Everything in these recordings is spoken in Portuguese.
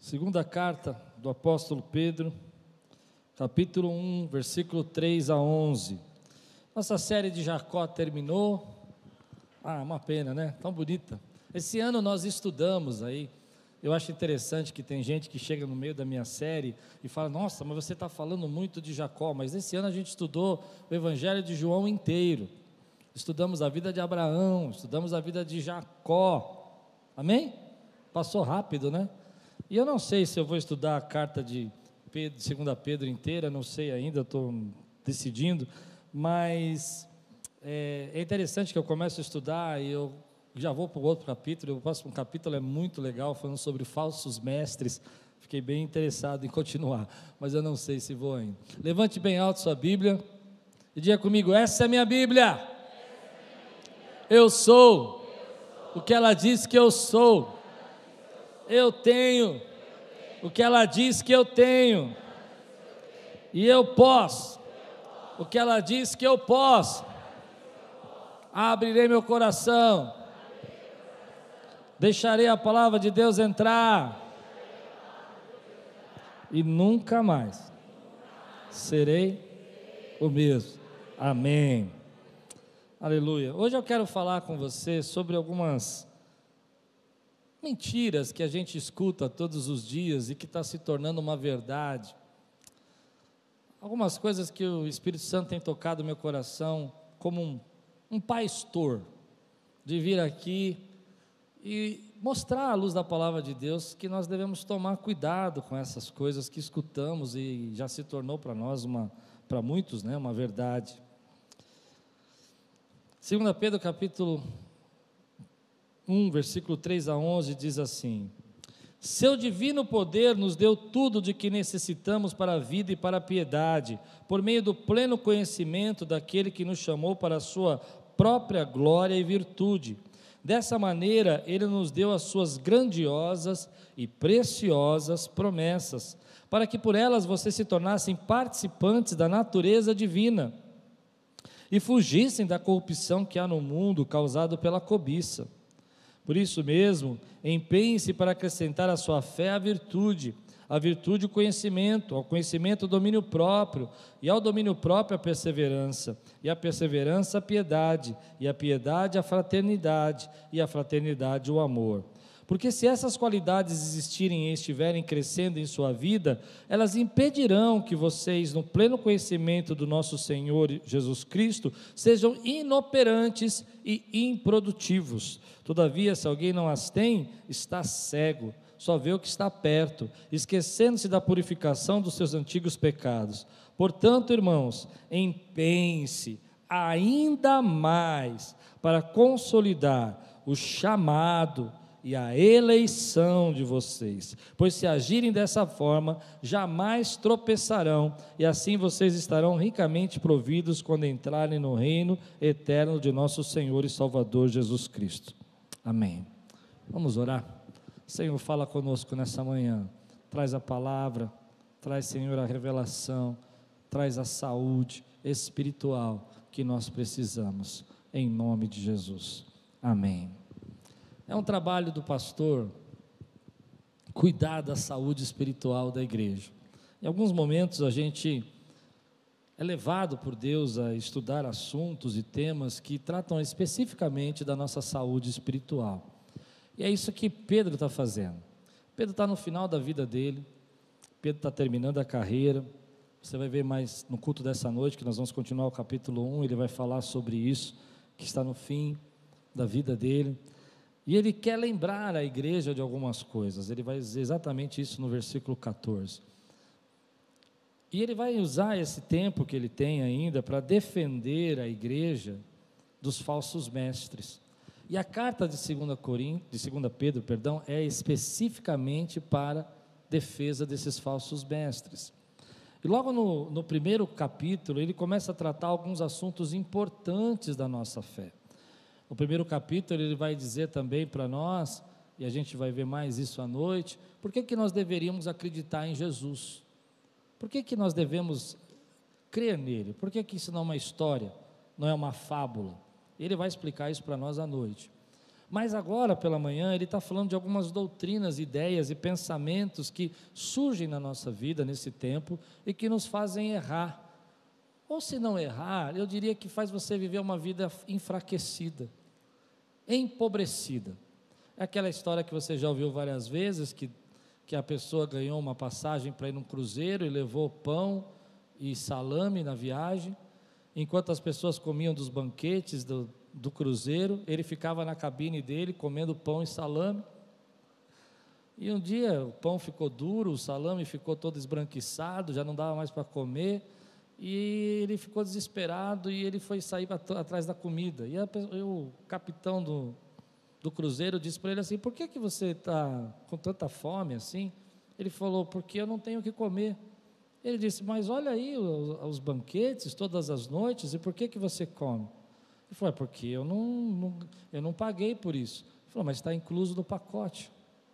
Segunda carta do apóstolo Pedro, capítulo 1, versículo 3 a 11. Nossa série de Jacó terminou. Uma pena, né? Tão bonita. Esse ano nós estudamos aí. Eu acho interessante que tem gente que chega no meio da minha série e fala: nossa, mas você está falando muito de Jacó. Mas esse ano a gente estudou o Evangelho de João inteiro. Estudamos a vida de Abraão, estudamos a vida de Jacó. Amém? Passou rápido, né? E eu não sei se eu vou estudar a carta de Pedro, 2 Pedro inteira, não sei ainda, estou decidindo, mas é interessante que eu começo a estudar e eu já vou para o outro capítulo. O próximo capítulo é muito legal, falando sobre falsos mestres. Fiquei bem interessado em continuar, mas eu não sei se vou ainda. Levante bem alto sua Bíblia e diga comigo: essa é a minha Bíblia. Eu sou o que ela diz que eu sou. Eu tenho o que ela diz que eu tenho, e eu posso o que ela diz que eu posso. Abrirei meu coração, deixarei a palavra de Deus entrar, e nunca mais serei o mesmo. Amém. Aleluia. Hoje eu quero falar com você sobre algumas mentiras que a gente escuta todos os dias e que está se tornando uma verdade. Algumas coisas que o Espírito Santo tem tocado no meu coração, como um pastor, de vir aqui e mostrar à luz da palavra de Deus que nós devemos tomar cuidado com essas coisas que escutamos e já se tornou para nós, para muitos, né, uma verdade. 2 Pedro capítulo 1, versículo 3 a 11 diz assim: seu divino poder nos deu tudo de que necessitamos para a vida e para a piedade, por meio do pleno conhecimento daquele que nos chamou para a sua própria glória e virtude. Dessa maneira, ele nos deu as suas grandiosas e preciosas promessas, para que por elas vocês se tornassem participantes da natureza divina e fugissem da corrupção que há no mundo causado pela cobiça. Por isso mesmo, empenhe-se para acrescentar à sua fé a virtude o conhecimento, ao conhecimento o domínio próprio, e ao domínio próprio a perseverança, e a perseverança a piedade, e a piedade a fraternidade, e a fraternidade o amor. Porque se essas qualidades existirem e estiverem crescendo em sua vida, elas impedirão que vocês, no pleno conhecimento do nosso Senhor Jesus Cristo, sejam inoperantes e improdutivos. Todavia, se alguém não as tem, está cego, só vê o que está perto, esquecendo-se da purificação dos seus antigos pecados. Portanto, irmãos, empenhem-se ainda mais para consolidar o chamado e a eleição de vocês, pois se agirem dessa forma, jamais tropeçarão, e assim vocês estarão ricamente providos quando entrarem no reino eterno de nosso Senhor e Salvador Jesus Cristo. Amém. Vamos orar? Senhor, fala conosco nessa manhã, traz a palavra, traz, Senhor, a revelação, traz a saúde espiritual que nós precisamos, em nome de Jesus. Amém. É um trabalho do pastor cuidar da saúde espiritual da igreja. Em alguns momentos a gente é levado por Deus a estudar assuntos e temas que tratam especificamente da nossa saúde espiritual. E é isso que Pedro está fazendo. Pedro está no final da vida dele, Pedro está terminando a carreira. Você vai ver mais no culto dessa noite, que nós vamos continuar o capítulo 1, ele vai falar sobre isso, que está no fim da vida dele. E ele quer lembrar a igreja de algumas coisas. Ele vai dizer exatamente isso no versículo 14. E ele vai usar esse tempo que ele tem ainda para defender a igreja dos falsos mestres. E a carta de 2 Pedro, é especificamente para defesa desses falsos mestres. E logo no primeiro capítulo, ele começa a tratar alguns assuntos importantes da nossa fé. No primeiro capítulo ele vai dizer também para nós, e a gente vai ver mais isso à noite, por que nós deveríamos acreditar em Jesus, por que nós devemos crer nele, por que isso não é uma história, não é uma fábula. Ele vai explicar isso para nós à noite. Mas agora, pela manhã, ele está falando de algumas doutrinas, ideias e pensamentos que surgem na nossa vida nesse tempo e que nos fazem errar. Ou se não errar, eu diria que faz você viver uma vida enfraquecida, empobrecida. É aquela história que você já ouviu várias vezes, que a pessoa ganhou uma passagem para ir num cruzeiro e levou pão e salame na viagem, enquanto as pessoas comiam dos banquetes do cruzeiro, ele ficava na cabine dele comendo pão e salame. E um dia o pão ficou duro, o salame ficou todo esbranquiçado, já não dava mais para comer, e ele ficou desesperado e ele foi sair atrás da comida. E o capitão do cruzeiro disse para ele assim: por que você está com tanta fome assim? Ele falou: porque eu não tenho o que comer. Ele disse: mas olha aí os banquetes todas as noites, e por que você come? Ele falou: é porque eu não paguei por isso. Ele falou: mas está incluso no pacote.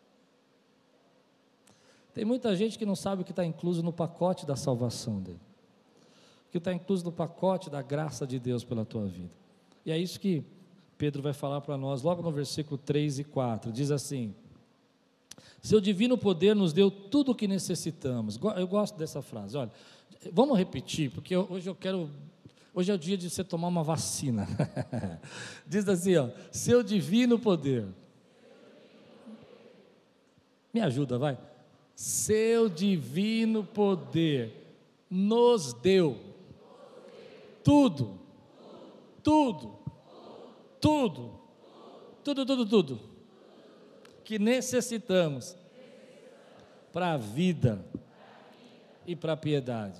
Tem muita gente que não sabe o que está incluso no pacote da salvação dele, o que está incluso no pacote da graça de Deus pela tua vida. E é isso que Pedro vai falar para nós, logo no versículo 3 e 4, diz assim: seu divino poder nos deu tudo o que necessitamos. Eu gosto dessa frase, olha, vamos repetir, porque hoje é o dia de você tomar uma vacina. Diz assim, ó: seu divino poder, me ajuda, vai. Seu divino poder nos deu tudo que necessitamos para a vida e para a piedade.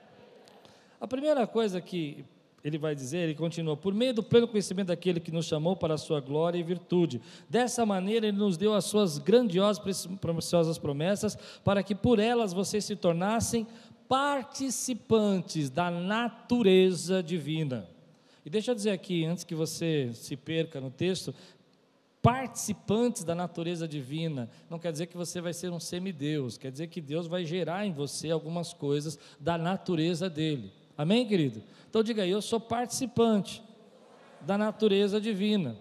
A primeira coisa que ele vai dizer, ele continua: por meio do pleno conhecimento daquele que nos chamou para a sua glória e virtude. Dessa maneira ele nos deu as suas grandiosas, preciosas promessas, para que por elas vocês se tornassem participantes da natureza divina. E deixa eu dizer aqui, antes que você se perca no texto, participantes da natureza divina, não quer dizer que você vai ser um semideus, quer dizer que Deus vai gerar em você algumas coisas da natureza dele. Amém, querido? Então diga aí: eu sou participante da natureza divina.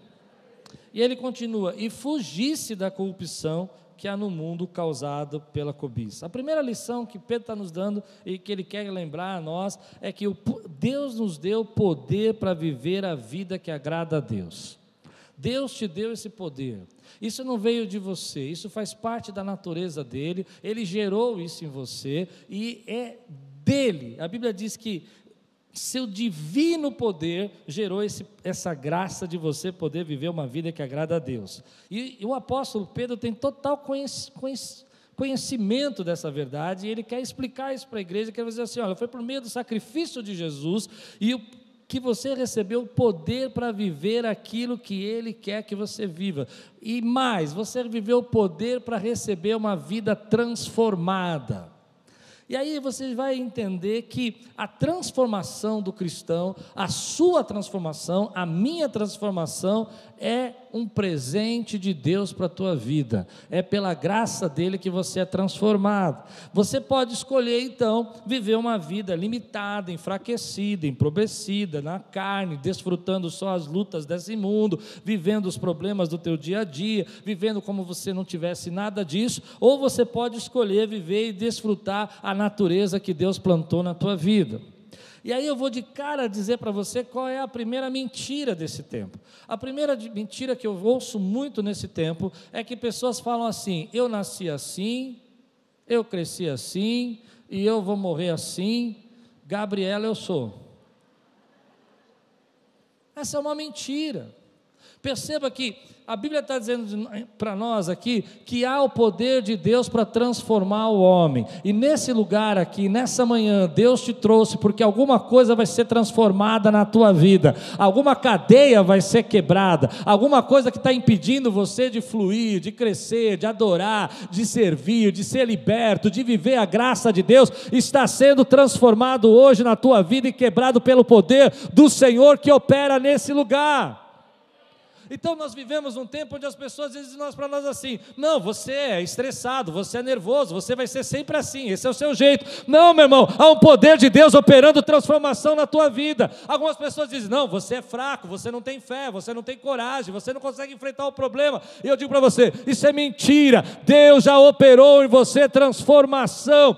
E ele continua: e fugisse da corrupção que há no mundo causado pela cobiça. A primeira lição que Pedro está nos dando e que ele quer lembrar a nós é que Deus nos deu poder para viver a vida que agrada a Deus. Deus te deu esse poder. Isso não veio de você, isso faz parte da natureza dele. Ele gerou isso em você e é dele. A Bíblia diz que seu divino poder gerou essa graça de você poder viver uma vida que agrada a Deus. E o apóstolo Pedro tem total conhecimento dessa verdade, e ele quer explicar isso para a igreja, quer dizer assim: olha, foi por meio do sacrifício de Jesus e que você recebeu o poder para viver aquilo que Ele quer que você viva, e mais, você viveu o poder para receber uma vida transformada. E aí você vai entender que a transformação do cristão, a sua transformação, a minha transformação, é um presente de Deus para a tua vida. É pela graça dele que você é transformado. Você pode escolher então viver uma vida limitada, enfraquecida, empobrecida na carne, desfrutando só as lutas desse mundo, vivendo os problemas do teu dia a dia, vivendo como você não tivesse nada disso. Ou você pode escolher viver e desfrutar a natureza que Deus plantou na tua vida. E aí eu vou de cara dizer para você qual é a primeira mentira desse tempo. A primeira mentira que eu ouço muito nesse tempo é que pessoas falam assim: eu nasci assim, eu cresci assim, e eu vou morrer assim, Gabriela eu sou. Essa é uma mentira. Perceba que a Bíblia está dizendo para nós aqui que há o poder de Deus para transformar o homem, e nesse lugar aqui, nessa manhã, Deus te trouxe porque alguma coisa vai ser transformada na tua vida, alguma cadeia vai ser quebrada, alguma coisa que está impedindo você de fluir, de crescer, de adorar, de servir, de ser liberto, de viver a graça de Deus, está sendo transformado hoje na tua vida e quebrado pelo poder do Senhor que opera nesse lugar. Então nós vivemos um tempo onde as pessoas dizem para nós assim: não, você é estressado, você é nervoso, você vai ser sempre assim, esse é o seu jeito. Não, meu irmão, há um poder de Deus operando transformação na tua vida. Algumas pessoas dizem: não, você é fraco, você não tem fé, você não tem coragem, você não consegue enfrentar o problema. E eu digo para você, isso é mentira. Deus já operou em você transformação.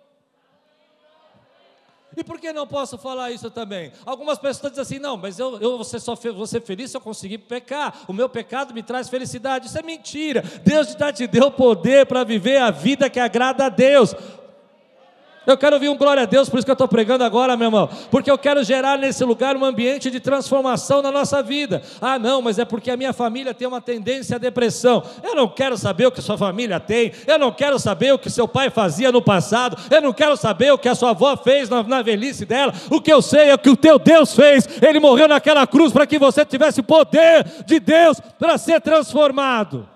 E por que não posso falar isso também? Algumas pessoas dizem assim: não, mas eu vou ser feliz se eu conseguir pecar, o meu pecado me traz felicidade. Isso é mentira. Deus já te deu poder para viver a vida que agrada a Deus. Eu quero ouvir um glória a Deus, por isso que eu estou pregando agora, meu irmão, porque eu quero gerar nesse lugar um ambiente de transformação na nossa vida. Ah não, mas é porque a minha família tem uma tendência à depressão. Eu não quero saber o que sua família tem, eu não quero saber o que seu pai fazia no passado, eu não quero saber o que a sua avó fez na velhice dela. O que eu sei é o que o teu Deus fez. Ele morreu naquela cruz para que você tivesse poder de Deus para ser transformado.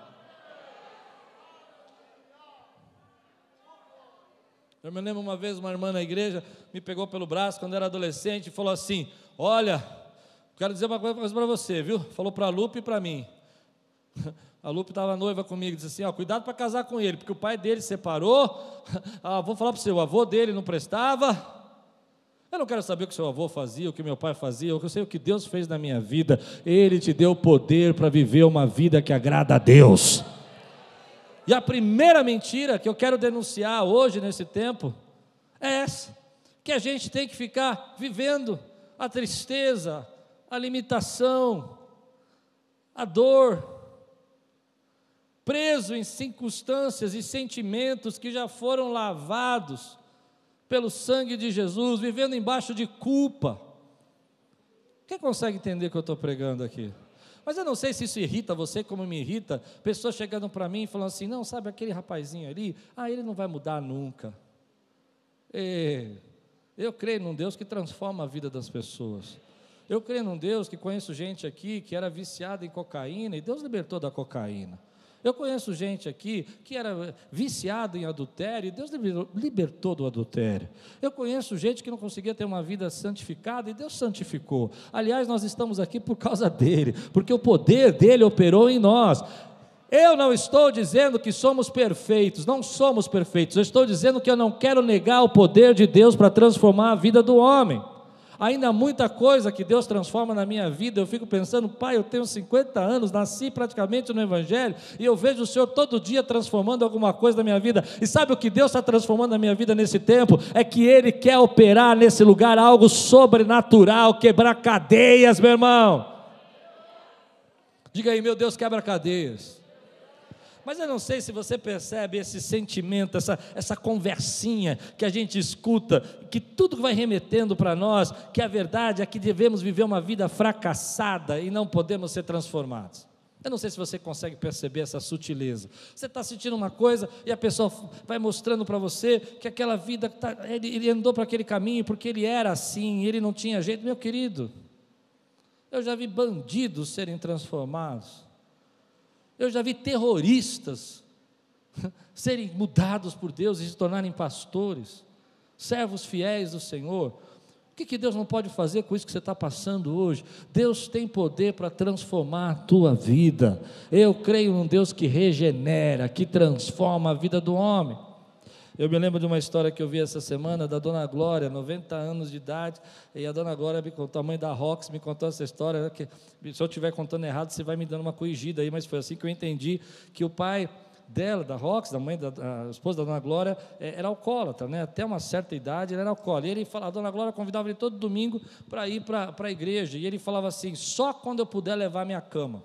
Eu me lembro uma vez, uma irmã na igreja me pegou pelo braço quando eu era adolescente e falou assim: olha, quero dizer uma coisa para você, viu? Falou para a Lupe e para mim. A Lupe estava noiva comigo, disse assim: ó, cuidado para casar com ele, porque o pai dele separou. Vou falar para você, o avô dele não prestava. Eu não quero saber o que seu avô fazia, o que meu pai fazia, eu sei o que Deus fez na minha vida. Ele te deu poder para viver uma vida que agrada a Deus. E a primeira mentira que eu quero denunciar hoje nesse tempo é essa, que a gente tem que ficar vivendo a tristeza, a limitação, a dor, preso em circunstâncias e sentimentos que já foram lavados pelo sangue de Jesus, vivendo embaixo de culpa. Quem consegue entender o que eu estou pregando aqui? Mas eu não sei se isso irrita você como me irrita, pessoas chegando para mim e falando assim: não, sabe aquele rapazinho ali, ele não vai mudar nunca. Eu creio num Deus que transforma a vida das pessoas. Eu creio num Deus que conheço gente aqui que era viciada em cocaína e Deus libertou da cocaína. Eu conheço gente aqui que era viciada em adultério e Deus libertou do adultério. Eu conheço gente que não conseguia ter uma vida santificada e Deus santificou. Aliás, nós estamos aqui por causa dele, porque o poder dele operou em nós. Eu não estou dizendo que somos perfeitos, não somos perfeitos. Eu estou dizendo que eu não quero negar o poder de Deus para transformar a vida do homem. Ainda há muita coisa que Deus transforma na minha vida. Eu fico pensando: pai, eu tenho 50 anos, nasci praticamente no Evangelho, e eu vejo o Senhor todo dia transformando alguma coisa na minha vida. E sabe o que Deus está transformando na minha vida nesse tempo? É que Ele quer operar nesse lugar algo sobrenatural, quebrar cadeias, meu irmão. Diga aí: meu Deus, quebra cadeias. Mas eu não sei se você percebe esse sentimento, essa conversinha que a gente escuta, que tudo vai remetendo para nós, que a verdade é que devemos viver uma vida fracassada e não podemos ser transformados. Eu não sei se você consegue perceber essa sutileza. Você está sentindo uma coisa e a pessoa vai mostrando para você que aquela vida, ele andou para aquele caminho porque ele era assim, ele não tinha jeito. Meu querido, eu já vi bandidos serem transformados. Eu já vi terroristas serem mudados por Deus e se tornarem pastores, servos fiéis do Senhor. O que Deus não pode fazer com isso que você está passando hoje? Deus tem poder para transformar a tua vida. Eu creio num Deus que regenera, que transforma a vida do homem. Eu me lembro de uma história que eu vi essa semana da Dona Glória, 90 anos de idade, e a Dona Glória me contou, a mãe da Rox me contou essa história, que se eu estiver contando errado, você vai me dando uma corrigida aí, mas foi assim que eu entendi, que o pai dela, da Rox, da mãe, a esposa da Dona Glória, era alcoólatra, né? Até uma certa idade ele era alcoólatra, e ele falava, a Dona Glória convidava ele todo domingo para ir para a igreja, e ele falava assim: só quando eu puder levar minha cama.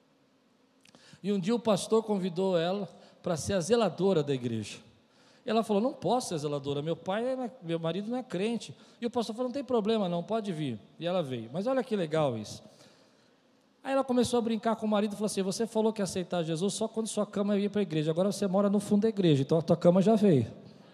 E um dia o pastor convidou ela para ser a zeladora da igreja. Ela falou: não posso ser zeladora, meu marido não é crente. E o pastor falou: não tem problema não, pode vir. E ela veio. Mas olha que legal isso. Aí ela começou a brincar com o marido e falou assim: você falou que ia aceitar Jesus só quando sua cama ia para a igreja, agora você mora no fundo da igreja, então a tua cama já veio.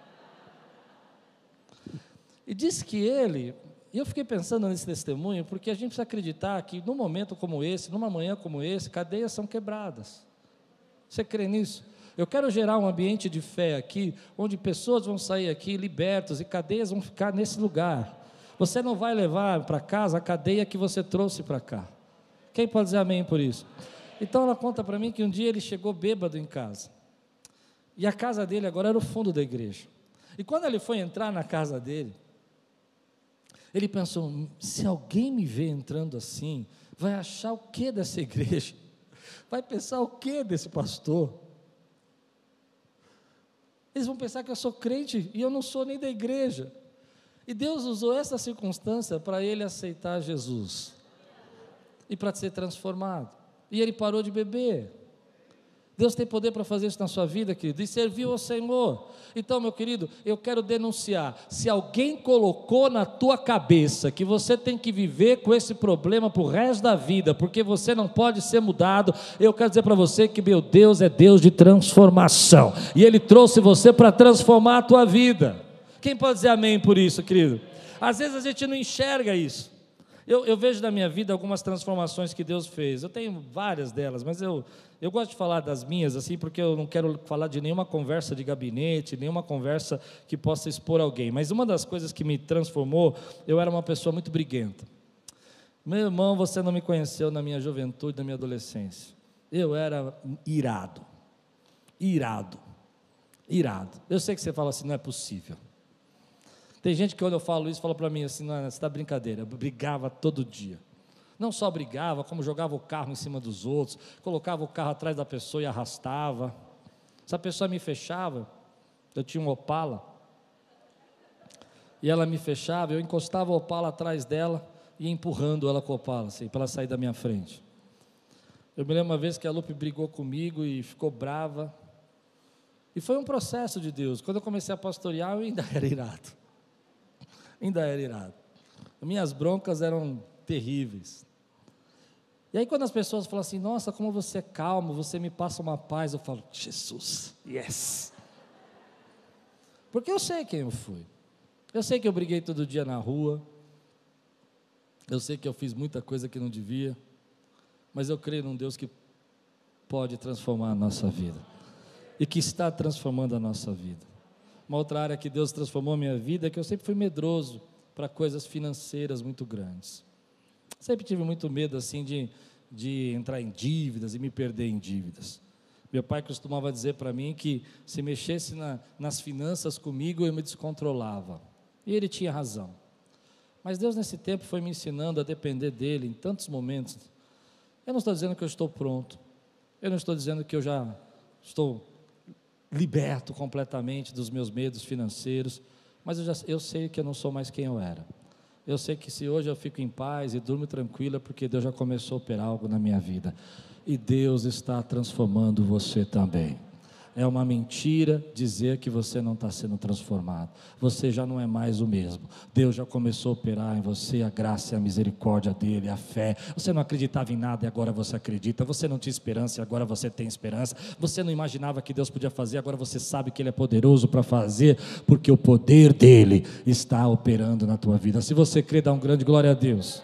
E disse que e eu fiquei pensando nesse testemunho, porque a gente precisa acreditar que num momento como esse, numa manhã como esse, cadeias são quebradas. Você crê nisso? Eu quero gerar um ambiente de fé aqui, onde pessoas vão sair aqui libertas e cadeias vão ficar nesse lugar. Você não vai levar para casa a cadeia que você trouxe para cá. Quem pode dizer amém por isso? Então ela conta para mim que um dia ele chegou bêbado em casa. E a casa dele agora era o fundo da igreja. E quando ele foi entrar na casa dele, ele pensou, se alguém me vê entrando assim, vai achar o que dessa igreja? Vai pensar o que desse pastor? Eles vão pensar que eu sou crente e eu não sou nem da igreja. E Deus usou essa circunstância para ele aceitar Jesus e para ser transformado. E ele parou de beber. Deus tem poder para fazer isso na sua vida, querido, e serviu ao Senhor. Então, meu querido, eu quero denunciar, se alguém colocou na tua cabeça que você tem que viver com esse problema para o resto da vida, porque você não pode ser mudado, eu quero dizer para você que meu Deus é Deus de transformação, e Ele trouxe você para transformar a tua vida. Quem pode dizer amém por isso, querido? Às vezes a gente não enxerga isso. Eu vejo na minha vida algumas transformações que Deus fez. Eu tenho várias delas, mas eu gosto de falar das minhas assim, porque eu não quero falar de nenhuma conversa de gabinete, nenhuma conversa que possa expor alguém. Mas uma das coisas que me transformou, eu era uma pessoa muito briguenta. Meu irmão, você não me conheceu na minha juventude, na minha adolescência. Eu era irado. Eu sei que você fala assim, não é possível. Tem gente que quando eu falo isso, fala para mim assim, não, você está brincadeira, eu brigava todo dia. Não só brigava, como jogava o carro em cima dos outros, colocava o carro atrás da pessoa e arrastava. Se a pessoa me fechava, eu tinha um Opala, e ela me fechava, eu encostava o Opala atrás dela, e ia empurrando ela com o Opala, assim, para ela sair da minha frente. Eu me lembro uma vez que a Lupe brigou comigo e ficou brava, e foi um processo de Deus. Quando eu comecei a pastorear, eu ainda era irado. Minhas broncas eram terríveis. E aí quando as pessoas falam assim, nossa, como você é calmo, você me passa uma paz, eu falo, Jesus, yes. Porque eu sei quem eu fui. Eu sei que eu briguei todo dia na rua. Eu sei que eu fiz muita coisa que não devia. Mas eu creio num Deus que pode transformar a nossa vida. E que está transformando a nossa vida. Uma outra área que Deus transformou a minha vida é que eu sempre fui medroso para coisas financeiras muito grandes. Sempre tive muito medo assim de entrar em dívidas e me perder em dívidas. Meu pai costumava dizer para mim que se mexesse nas finanças comigo, eu me descontrolava. E ele tinha razão. Mas Deus nesse tempo foi me ensinando a depender dele em tantos momentos. Eu não estou dizendo que eu estou pronto. Eu não estou dizendo que eu já estou liberto completamente dos meus medos financeiros, mas eu sei que eu não sou mais quem eu era. Eu sei que se hoje eu fico em paz e durmo tranquila, porque Deus já começou a operar algo na minha vida, e Deus está transformando você também. É uma mentira dizer que você não está sendo transformado. Você já não é mais o mesmo. Deus já começou a operar em você a graça e a misericórdia dele, a fé. Você não acreditava em nada e agora você acredita. Você não tinha esperança e agora você tem esperança. Você não imaginava que Deus podia fazer, agora você sabe que ele é poderoso para fazer, porque o poder dele está operando na tua vida. Se você crê, dá um grande glória a Deus.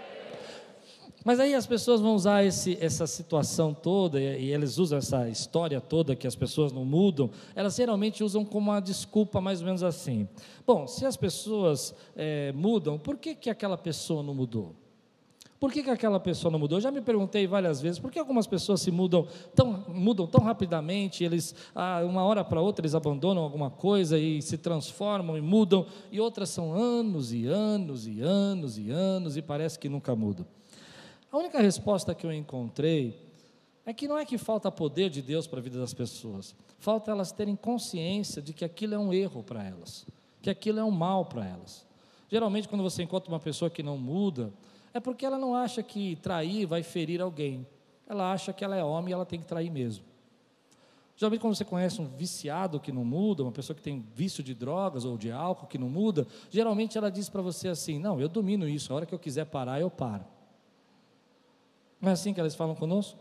Mas aí as pessoas vão usar essa situação toda, e eles usam essa história toda que as pessoas não mudam, elas geralmente usam como uma desculpa mais ou menos assim. Bom, se as pessoas mudam, por que aquela pessoa não mudou? Por que aquela pessoa não mudou? Eu já me perguntei várias vezes, por que algumas pessoas mudam tão rapidamente, eles, uma hora para outra, eles abandonam alguma coisa e se transformam e mudam, e outras são anos e anos e anos e anos, e parece que nunca mudam. A única resposta que eu encontrei é que não é que falta poder de Deus para a vida das pessoas, falta elas terem consciência de que aquilo é um erro para elas, que aquilo é um mal para elas. Geralmente quando você encontra uma pessoa que não muda, é porque ela não acha que trair vai ferir alguém, ela acha que ela é homem e ela tem que trair mesmo. Geralmente quando você conhece um viciado que não muda, uma pessoa que tem vício de drogas ou de álcool que não muda, geralmente ela diz para você assim, não, eu domino isso, a hora que eu quiser parar, eu paro. Não é assim que elas falam conosco?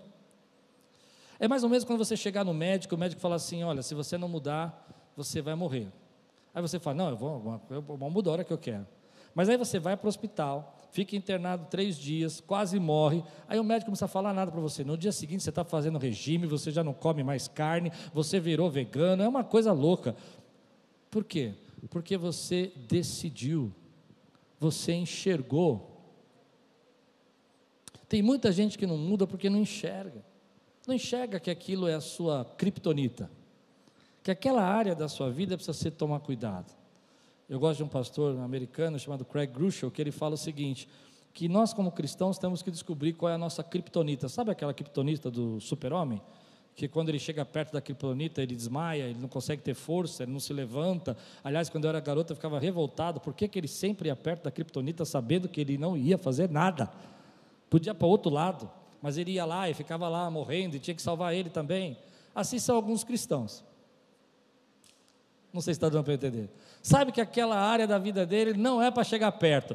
É mais ou menos quando você chegar no médico, o médico fala assim, olha, se você não mudar, você vai morrer. Aí você fala, não, eu vou mudar a hora que eu quero. Mas aí você vai para o hospital, fica internado 3 dias, quase morre, aí o médico não precisa falar nada para você. No dia seguinte você está fazendo regime, você já não come mais carne, você virou vegano, é uma coisa louca. Por quê? Porque você decidiu, você enxergou. Tem muita gente que não muda porque não enxerga. Não enxerga que aquilo é a sua criptonita, que aquela área da sua vida precisa ser tomar cuidado. Eu gosto de um pastor americano chamado Craig Groeschel, que ele fala o seguinte, que nós como cristãos temos que descobrir qual é a nossa criptonita. Sabe aquela criptonita do super-homem? Que quando ele chega perto da criptonita ele desmaia, ele não consegue ter força, ele não se levanta. Aliás, quando eu era garoto eu ficava revoltado, por que ele sempre ia perto da criptonita sabendo que ele não ia fazer nada? Podia ir para o outro lado, mas ele ia lá e ficava lá morrendo e tinha que salvar ele também. Assim são alguns cristãos. Não sei se está dando para entender. Sabe que aquela área da vida dele não é para chegar perto.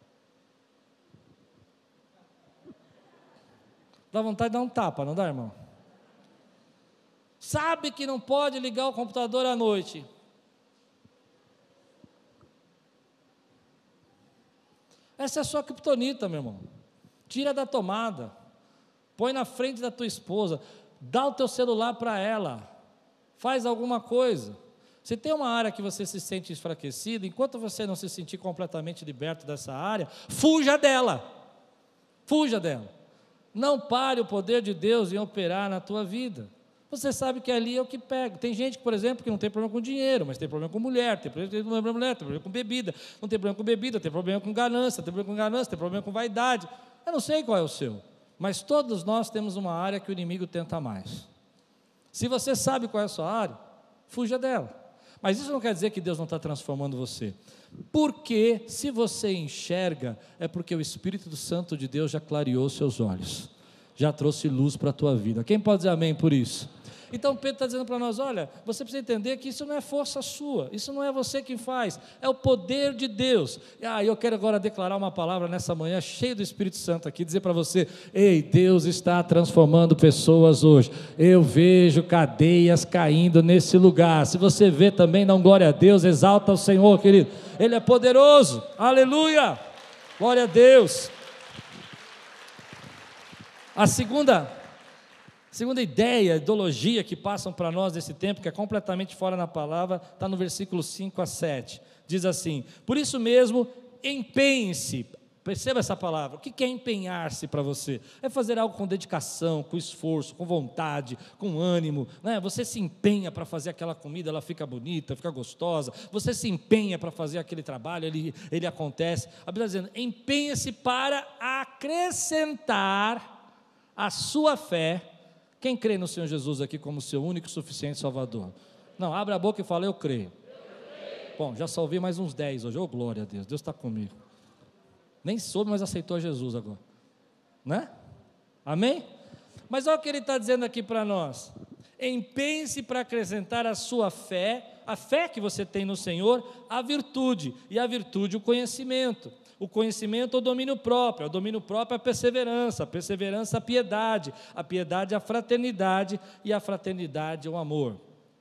Dá vontade de dar um tapa, não dá, irmão? Sabe que não pode ligar o computador à noite. Essa é a sua criptonita, meu irmão. Tira da tomada, põe na frente da tua esposa, dá o teu celular para ela, faz alguma coisa. Se tem uma área que você se sente enfraquecido, enquanto você não se sentir completamente liberto dessa área, fuja dela, não pare o poder de Deus em operar na tua vida. Você sabe que ali é o que pega. Tem gente, por exemplo, que não tem problema com dinheiro, mas tem problema com mulher, tem problema com mulher, tem problema com bebida, não tem problema com bebida, tem problema com ganância, tem problema com vaidade. Eu não sei qual é o seu, mas todos nós temos uma área que o inimigo tenta mais. Se você sabe qual é a sua área, fuja dela. Mas isso não quer dizer que Deus não está transformando você. Porque se você enxerga, é porque o Espírito Santo de Deus já clareou seus olhos, já trouxe luz para a tua vida. Quem pode dizer amém por isso? Então Pedro está dizendo para nós, olha, você precisa entender que isso não é força sua, isso não é você quem faz, é o poder de Deus. Eu quero agora declarar uma palavra nessa manhã, cheia do Espírito Santo aqui, dizer para você, ei, Deus está transformando pessoas hoje. Eu vejo cadeias caindo nesse lugar. Se você vê também, dá glória a Deus, exalta o Senhor, querido. Ele é poderoso, aleluia, glória a Deus. A segunda ideia, ideologia que passam para nós nesse tempo, que é completamente fora na palavra, está no versículo 5 a 7, diz assim, por isso mesmo, empenhe-se, perceba essa palavra, o que é empenhar-se para você? É fazer algo com dedicação, com esforço, com vontade, com ânimo, né? Você se empenha para fazer aquela comida, ela fica bonita, fica gostosa, você se empenha para fazer aquele trabalho, ele acontece, a Bíblia está dizendo, empenhe-se para acrescentar a sua fé. Quem crê no Senhor Jesus aqui como seu único e suficiente Salvador? Não, abre a boca e fala, eu creio. Bom, já salvei mais uns 10 hoje, glória a Deus, Deus está comigo. Nem soube, mas aceitou Jesus agora, né? Amém? Mas olha o que ele está dizendo aqui para nós, empenhe-se para acrescentar a sua fé, a fé que você tem no Senhor, a virtude, e a virtude o conhecimento. O conhecimento é o domínio próprio é a perseverança a piedade a fraternidade e a fraternidade o amor.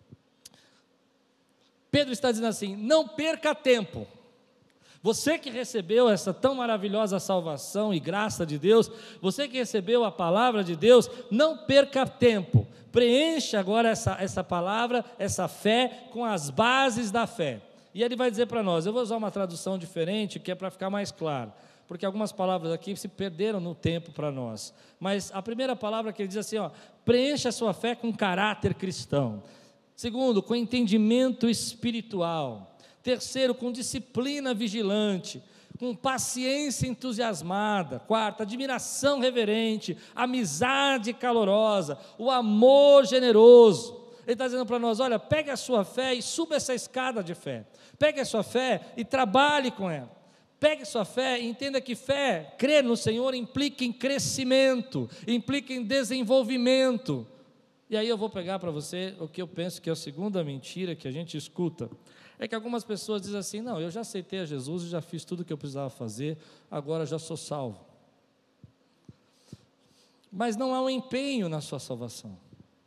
Pedro está dizendo assim, não perca tempo. Você que recebeu essa tão maravilhosa salvação e graça de Deus, você que recebeu a palavra de Deus, não perca tempo. Preencha agora essa palavra, essa fé com as bases da fé. E ele vai dizer para nós, eu vou usar uma tradução diferente, que é para ficar mais claro, porque algumas palavras aqui se perderam no tempo para nós. Mas a primeira palavra que ele diz assim, preencha a sua fé com caráter cristão. Segundo, com entendimento espiritual. Terceiro, com disciplina vigilante, com paciência entusiasmada. Quarto, admiração reverente, amizade calorosa, o amor generoso. Ele está dizendo para nós, olha, pegue a sua fé e suba essa escada de fé. Pegue a sua fé e trabalhe com ela. Pegue a sua fé e entenda que fé, crer no Senhor, implica em crescimento, implica em desenvolvimento. E aí eu vou pegar para você o que eu penso que é a segunda mentira que a gente escuta. É que algumas pessoas dizem assim, não, eu já aceitei a Jesus e já fiz tudo o que eu precisava fazer, agora já sou salvo. Mas não há um empenho na sua salvação.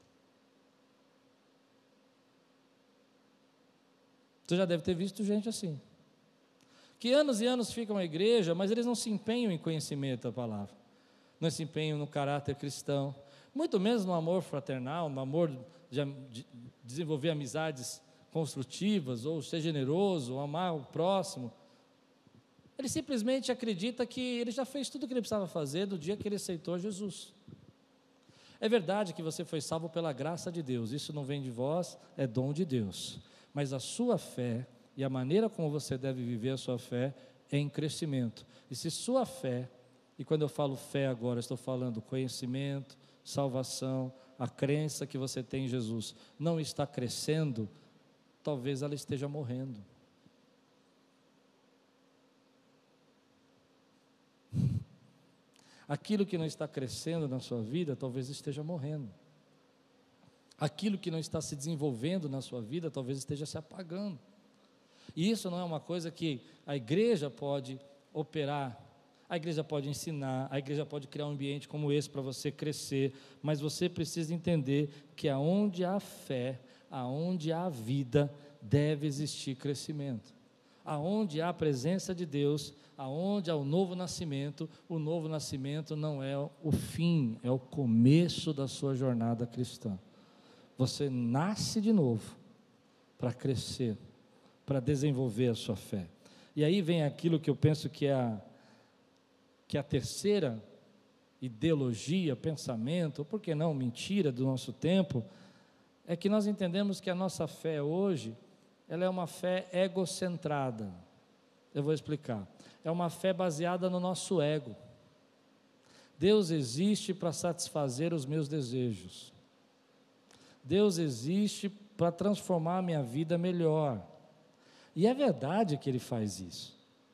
Você já deve ter visto gente assim, que anos e anos ficam na igreja, mas eles não se empenham em conhecimento da palavra, não se empenham no caráter cristão, muito menos no amor fraternal, no amor de desenvolver amizades construtivas, ou ser generoso, ou amar o próximo. Ele simplesmente acredita que ele já fez tudo o que ele precisava fazer do dia que ele aceitou Jesus. É verdade que você foi salvo pela graça de Deus, isso não vem de vós, é dom de Deus. Mas a sua fé e a maneira como você deve viver a sua fé é em crescimento. E se sua fé, e quando eu falo fé agora, estou falando conhecimento, salvação, a crença que você tem em Jesus, não está crescendo, talvez ela esteja morrendo. Aquilo que não está crescendo na sua vida, talvez esteja morrendo. Aquilo que não está se desenvolvendo na sua vida, talvez esteja se apagando. E isso não é uma coisa que a igreja pode operar, a igreja pode ensinar, a igreja pode criar um ambiente como esse para você crescer, mas você precisa entender que aonde há fé, aonde há vida, deve existir crescimento. Aonde há a presença de Deus, aonde há o novo nascimento não é o fim, é o começo da sua jornada cristã. Você nasce de novo para crescer, para desenvolver a sua fé. E aí vem aquilo que eu penso que é a terceira ideologia, pensamento, ou por que não, mentira do nosso tempo, é que nós entendemos que a nossa fé hoje, ela é uma fé egocentrada. Eu vou explicar. É uma fé baseada no nosso ego. Deus existe para satisfazer os meus desejos. Deus existe para transformar a minha vida melhor. E é verdade que Ele faz isso.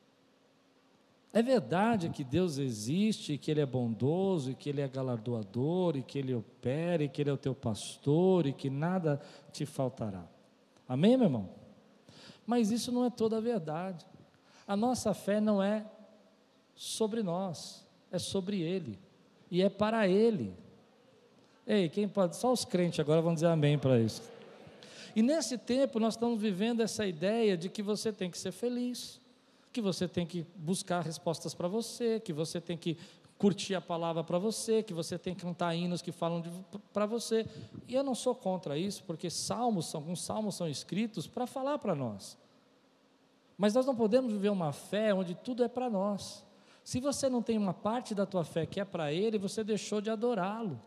É verdade que Deus existe, que Ele é bondoso, e que Ele é galardoador, e que Ele opera, e que Ele é o teu pastor, e que nada te faltará. Amém, meu irmão? Mas isso não é toda a verdade. A nossa fé não é sobre nós, é sobre Ele, e é para Ele. Ei, quem pode? Só os crentes agora vão dizer amém para isso. E nesse tempo nós estamos vivendo essa ideia de que você tem que ser feliz, que você tem que buscar respostas para você, que você tem que curtir a palavra para você, que você tem que cantar hinos que falam para você. E eu não sou contra isso, porque alguns salmos são escritos para falar para nós. Mas nós não podemos viver uma fé onde tudo é para nós. Se você não tem uma parte da tua fé que é para Ele, você deixou de adorá-lo.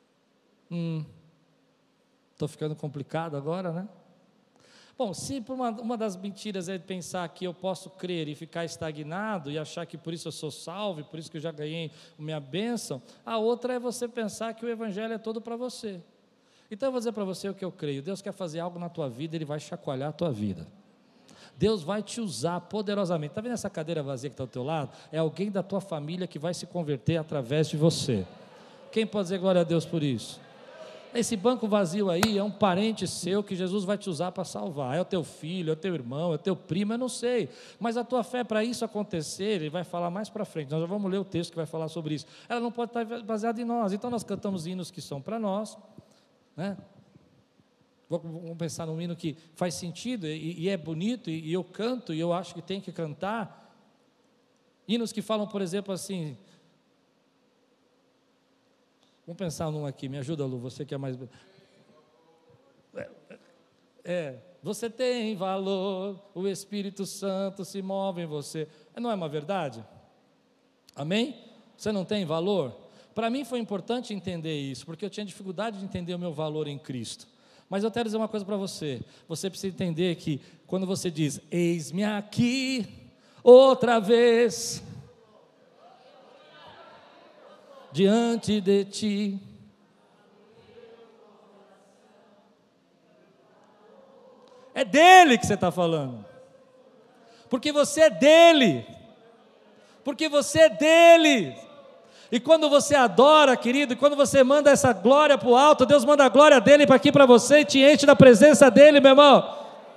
Estou ficando complicado agora, né? Bom, se por uma das mentiras é pensar que eu posso crer e ficar estagnado e achar que por isso eu sou salvo e por isso que eu já ganhei a minha bênção, a outra é você pensar que o evangelho é todo para você. Então eu vou dizer para você o que eu creio: Deus quer fazer algo na tua vida, Ele vai chacoalhar a tua vida. Deus vai te usar poderosamente. Está vendo essa cadeira vazia que está ao teu lado? É alguém da tua família que vai se converter através de você. Quem pode dizer glória a Deus por isso? Esse banco vazio aí é um parente seu que Jesus vai te usar para salvar. É o teu filho, é o teu irmão, é o teu primo, eu não sei. Mas a tua fé, para isso acontecer, Ele vai falar mais para frente. Nós já vamos ler o texto que vai falar sobre isso. Ela não pode estar baseada em nós. Então nós cantamos hinos que são para nós, né? Vamos pensar num hino que faz sentido e é bonito, e eu canto, e eu acho que tem que cantar. Hinos que falam, por exemplo, assim... Vamos pensar num aqui, me ajuda, Lu, você que é mais... Você tem valor, o Espírito Santo se move em você. Não é uma verdade? Amém? Você não tem valor? Para mim foi importante entender isso, porque eu tinha dificuldade de entender o meu valor em Cristo. Mas eu quero dizer uma coisa para você. Você precisa entender que quando você diz, eis-me aqui, outra vez... diante de ti, é dele que você está falando, porque você é dele, e quando você adora, querido, e quando você manda essa glória para o alto, Deus manda a glória dele para aqui para você, e te enche da presença dele, meu irmão.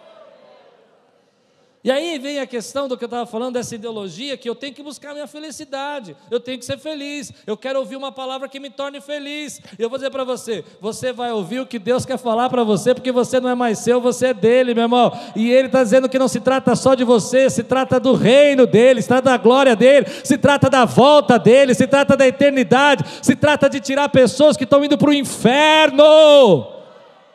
E aí vem a questão do que eu estava falando, dessa ideologia, que eu tenho que buscar a minha felicidade, eu tenho que ser feliz, eu quero ouvir uma palavra que me torne feliz. E eu vou dizer para você, você vai ouvir o que Deus quer falar para você, porque você não é mais seu, você é dele, meu irmão. E Ele está dizendo que não se trata só de você, se trata do reino dele, se trata da glória dele, se trata da volta dele, se trata da eternidade, se trata de tirar pessoas que estão indo para o inferno.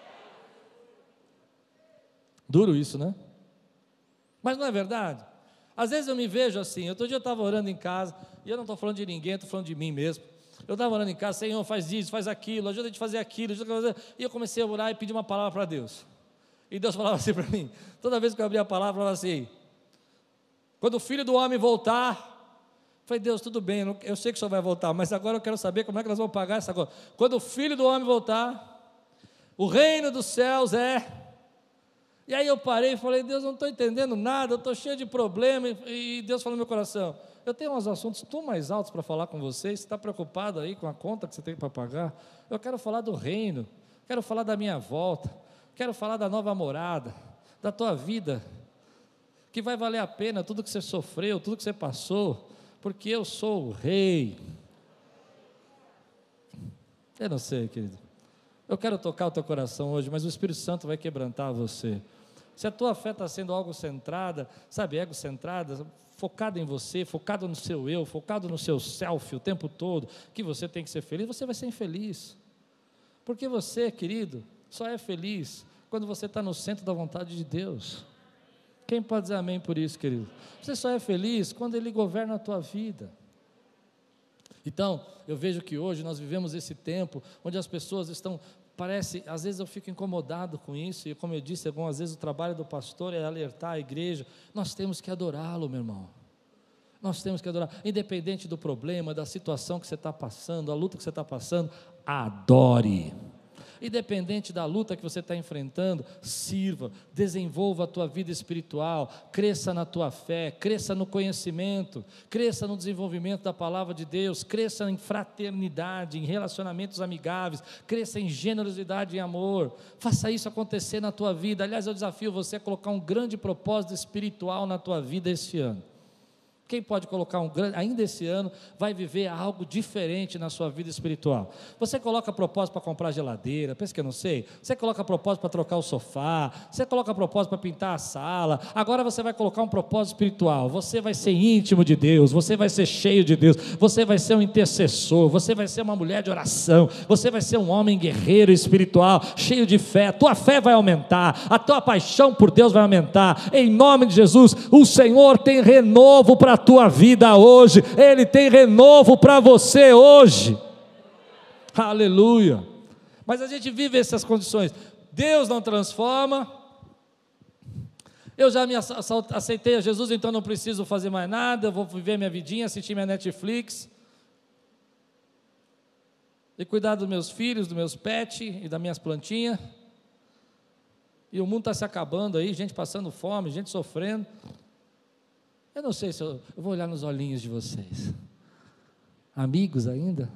Duro isso, né? Mas não é verdade? Às vezes eu me vejo assim. Outro dia eu estava orando em casa, e eu não estou falando de ninguém, estou falando de mim mesmo. Eu estava orando em casa: Senhor, faz isso, faz aquilo, ajuda a gente a fazer aquilo, e eu comecei a orar e pedir uma palavra para Deus. E Deus falava assim para mim, toda vez que eu abria a palavra, falava assim: quando o Filho do Homem voltar, eu falei: Deus, tudo bem, eu sei que o Senhor vai voltar, mas agora eu quero saber como é que nós vamos pagar essa conta. Quando o Filho do Homem voltar, o reino dos céus é... E aí eu parei e falei: Deus, eu não estou entendendo nada, eu estou cheio de problema. E Deus falou no meu coração: eu tenho uns assuntos tão mais altos para falar com vocês. Você está preocupado aí com a conta que você tem para pagar? Eu quero falar do reino, quero falar da minha volta, quero falar da nova morada, da tua vida, que vai valer a pena tudo que você sofreu, tudo que você passou, porque eu sou o rei. Eu não sei, querido, eu quero tocar o teu coração hoje, mas o Espírito Santo vai quebrantar você. Se a tua fé está sendo algo centrada, sabe, egocentrada, focada em você, focado no seu eu, focado no seu self o tempo todo, que você tem que ser feliz, você vai ser infeliz. Porque você, querido, só é feliz quando você está no centro da vontade de Deus. Quem pode dizer amém por isso, querido? Você só é feliz quando Ele governa a tua vida. Então, eu vejo que hoje nós vivemos esse tempo onde as pessoas estão... Parece, às vezes eu fico incomodado com isso, e como eu disse, algumas vezes o trabalho do pastor é alertar a igreja. Nós temos que adorá-lo, meu irmão. Nós temos que adorar, independente do problema, da situação que você está passando, a luta que você está passando, adore. Independente da luta que você está enfrentando, sirva, desenvolva a tua vida espiritual, cresça na tua fé, cresça no conhecimento, cresça no desenvolvimento da palavra de Deus, cresça em fraternidade, em relacionamentos amigáveis, cresça em generosidade e amor. Faça isso acontecer na tua vida. Aliás, eu desafio você a colocar um grande propósito espiritual na tua vida este ano. Quem pode colocar ainda esse ano, vai viver algo diferente na sua vida espiritual. Você coloca propósito para comprar geladeira, pensa que eu não sei. Você coloca propósito para trocar o sofá, você coloca propósito para pintar a sala. Agora você vai colocar um propósito espiritual. Você vai ser íntimo de Deus, você vai ser cheio de Deus, você vai ser um intercessor, você vai ser uma mulher de oração, você vai ser um homem guerreiro espiritual, cheio de fé. A tua fé vai aumentar, a tua paixão por Deus vai aumentar. Em nome de Jesus, o Senhor tem renovo para a tua vida hoje, Ele tem renovo para você hoje, aleluia. Mas a gente vive essas condições, Deus não transforma. Eu já me aceitei a Jesus, então não preciso fazer mais nada, eu vou viver minha vidinha, assistir minha Netflix, e cuidar dos meus filhos, dos meus pets e das minhas plantinhas, e o mundo está se acabando aí, gente passando fome, gente sofrendo. Eu não sei se eu vou olhar nos olhinhos de vocês, amigos ainda?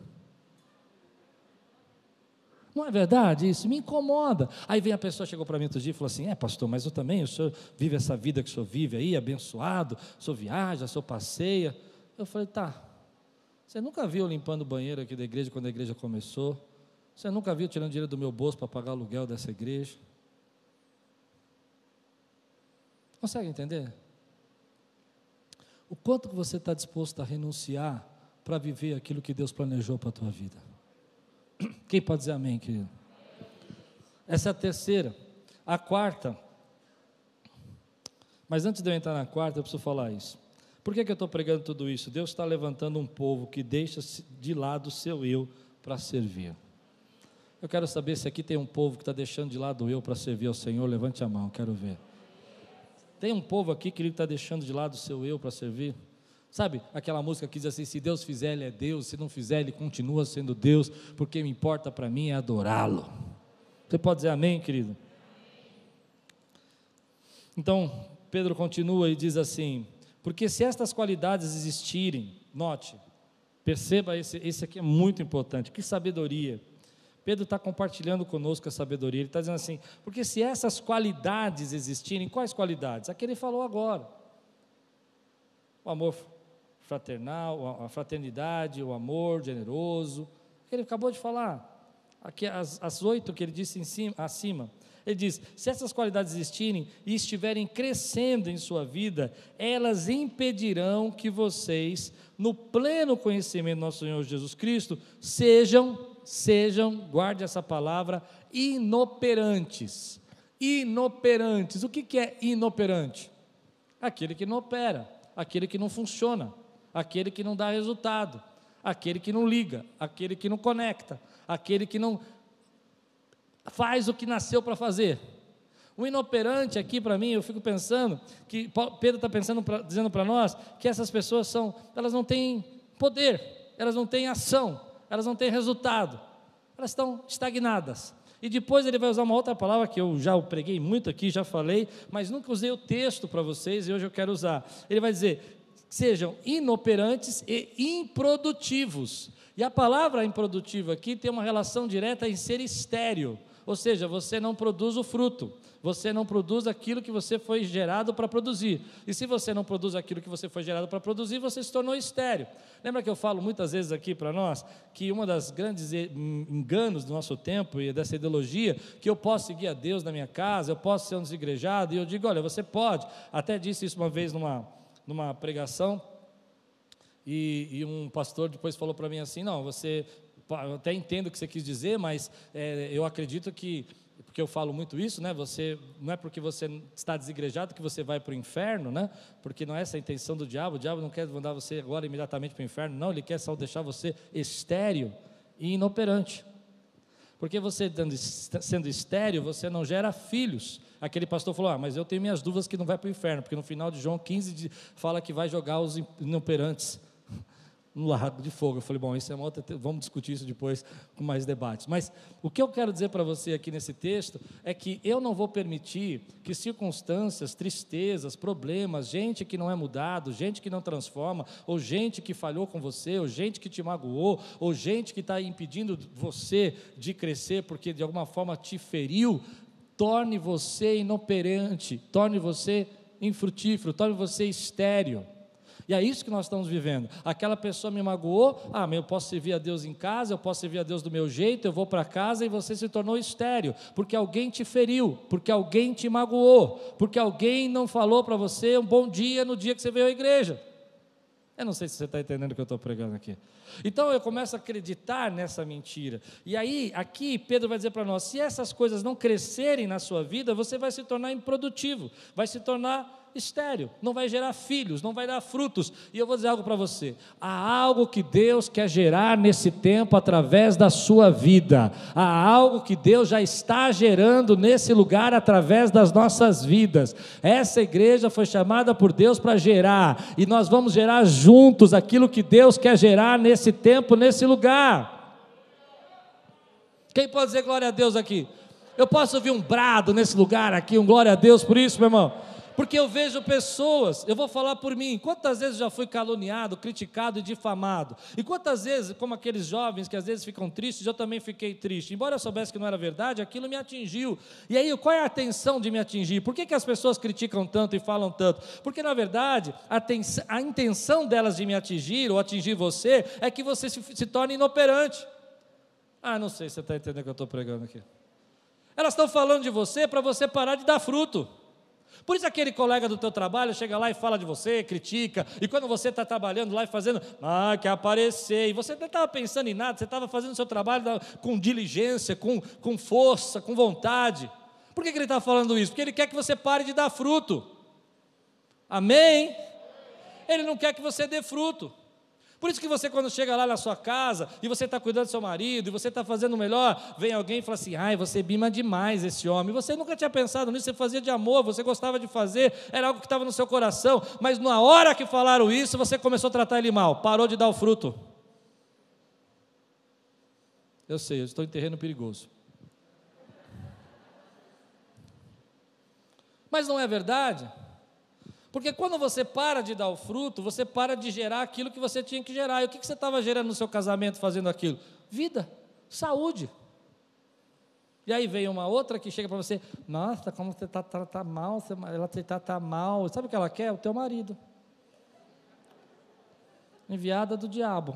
Não é verdade isso? Me incomoda. Aí vem a pessoa, chegou para mim outro dia e falou assim: pastor, mas eu também, o senhor vive essa vida que o senhor vive aí, abençoado, o senhor viaja, o senhor passeia. Eu falei: tá, você nunca viu eu limpando o banheiro aqui da igreja quando a igreja começou? Você nunca viu tirando dinheiro do meu bolso para pagar o aluguel dessa igreja? Consegue entender? O quanto que você está disposto a renunciar para viver aquilo que Deus planejou para a tua vida? Quem pode dizer amém, querido? Essa é a terceira. A quarta, mas antes de eu entrar na quarta, eu preciso falar isso. Por que eu estou pregando tudo isso? Deus está levantando um povo que deixa de lado o seu eu para servir. Eu quero saber se aqui tem um povo que está deixando de lado o eu para servir ao Senhor. Levante a mão, quero ver. Tem um povo aqui que está deixando de lado o seu eu para servir? Sabe aquela música que diz assim: se Deus fizer, Ele é Deus, se não fizer, Ele continua sendo Deus, porque o que me importa para mim é adorá-lo. Você pode dizer amém, querido? Então, Pedro continua e diz assim: porque se estas qualidades existirem, note, perceba, esse aqui é muito importante, que sabedoria. Pedro está compartilhando conosco a sabedoria, ele está dizendo assim: porque se essas qualidades existirem, quais qualidades? A que ele falou agora, o amor fraternal, a fraternidade, o amor generoso, que ele acabou de falar, aqui as 8 que ele disse acima, ele diz: se essas qualidades existirem e estiverem crescendo em sua vida, elas impedirão que vocês, no pleno conhecimento do nosso Senhor Jesus Cristo, sejam, guarde essa palavra, inoperantes. Inoperantes. O que é inoperante? Aquele que não opera. aquele que não funciona, aquele que não dá resultado, aquele que não liga, aquele que não conecta, aquele que não faz o que nasceu para fazer. O inoperante aqui, para mim, eu fico pensando, que Pedro está dizendo para nós, que essas pessoas elas não têm poder, elas não têm ação, elas não têm resultado, elas estão estagnadas. E depois ele vai usar uma outra palavra que eu já preguei muito aqui, já falei, mas nunca usei o texto para vocês e hoje eu quero usar. Ele vai dizer, sejam inoperantes e improdutivos. E a palavra improdutivo aqui tem uma relação direta em ser estéril, ou seja, você não produz o fruto, você não produz aquilo que você foi gerado para produzir, e se você não produz aquilo que você foi gerado para produzir, você se tornou estéril. Lembra que eu falo muitas vezes aqui para nós, que uma das grandes enganos do nosso tempo e dessa ideologia, que eu posso seguir a Deus na minha casa, eu posso ser um desigrejado, e eu digo, olha, você pode, até disse isso uma vez numa pregação, e um pastor depois falou para mim assim, não, eu até entendo o que você quis dizer, mas eu acredito que, porque eu falo muito isso, né, não é porque você está desigrejado que você vai para o inferno, né, porque não é essa a intenção do diabo, o diabo não quer mandar você agora imediatamente para o inferno, não, ele quer só deixar você estéril e inoperante, porque você sendo estéril, você não gera filhos. Aquele pastor falou, mas eu tenho minhas dúvidas que não vai para o inferno, porque no final de João 15 fala que vai jogar os inoperantes no lago de fogo. Eu falei, bom, isso é uma outra, vamos discutir isso depois com mais debates. Mas o que eu quero dizer para você aqui nesse texto é que eu não vou permitir que circunstâncias, tristezas, problemas, gente que não é mudado, gente que não transforma, ou gente que falhou com você, ou gente que te magoou, ou gente que está impedindo você de crescer porque de alguma forma te feriu, torne você inoperante, torne você infrutífero, torne você estéril. E é isso que nós estamos vivendo. Aquela pessoa me magoou, mas eu posso servir a Deus em casa, eu posso servir a Deus do meu jeito, eu vou para casa e você se tornou estéril, porque alguém te feriu, porque alguém te magoou, porque alguém não falou para você um bom dia no dia que você veio à igreja. Eu não sei se você está entendendo o que eu estou pregando aqui. Então eu começo a acreditar nessa mentira. E aí, aqui Pedro vai dizer para nós, se essas coisas não crescerem na sua vida, você vai se tornar improdutivo, vai se tornar estéril, não vai gerar filhos, não vai dar frutos. E eu vou dizer algo para você, há algo que Deus quer gerar nesse tempo através da sua vida, há algo que Deus já está gerando nesse lugar através das nossas vidas. Essa igreja foi chamada por Deus para gerar, e nós vamos gerar juntos aquilo que Deus quer gerar nesse tempo, nesse lugar. Quem pode dizer glória a Deus aqui? Eu posso ouvir um brado nesse lugar aqui, um glória a Deus por isso, meu irmão? Porque eu vejo pessoas, eu vou falar por mim, quantas vezes já fui caluniado, criticado e difamado, e quantas vezes, como aqueles jovens que às vezes ficam tristes, eu também fiquei triste, embora eu soubesse que não era verdade, aquilo me atingiu. E aí, qual é a intenção de me atingir? Por que as pessoas criticam tanto e falam tanto? Porque na verdade, a intenção delas de me atingir, ou atingir você, é que você se torne inoperante. Não sei se você está entendendo o que eu estou pregando aqui. Elas estão falando de você para você parar de dar fruto. Por isso aquele colega do teu trabalho chega lá e fala de você, critica, e quando você está trabalhando lá e fazendo, quer aparecer, e você não estava pensando em nada, você estava fazendo o seu trabalho com diligência, com força, com vontade. Por que ele está falando isso? Porque ele quer que você pare de dar fruto. Amém? Ele não quer que você dê fruto. Por isso que você, quando chega lá na sua casa, e você está cuidando do seu marido, e você está fazendo o melhor, vem alguém e fala assim, você mima demais esse homem. Você nunca tinha pensado nisso, você fazia de amor, você gostava de fazer, era algo que estava no seu coração, mas na hora que falaram isso, você começou a tratar ele mal, parou de dar o fruto. Eu sei, eu estou em terreno perigoso. Mas não é verdade? Porque quando você para de dar o fruto, você para de gerar aquilo que você tinha que gerar. E o que você estava gerando no seu casamento fazendo aquilo? Vida, saúde. E aí vem uma outra que chega para você, nossa, como você está mal, ela está mal. Sabe o que ela quer? O teu marido. Enviada do diabo.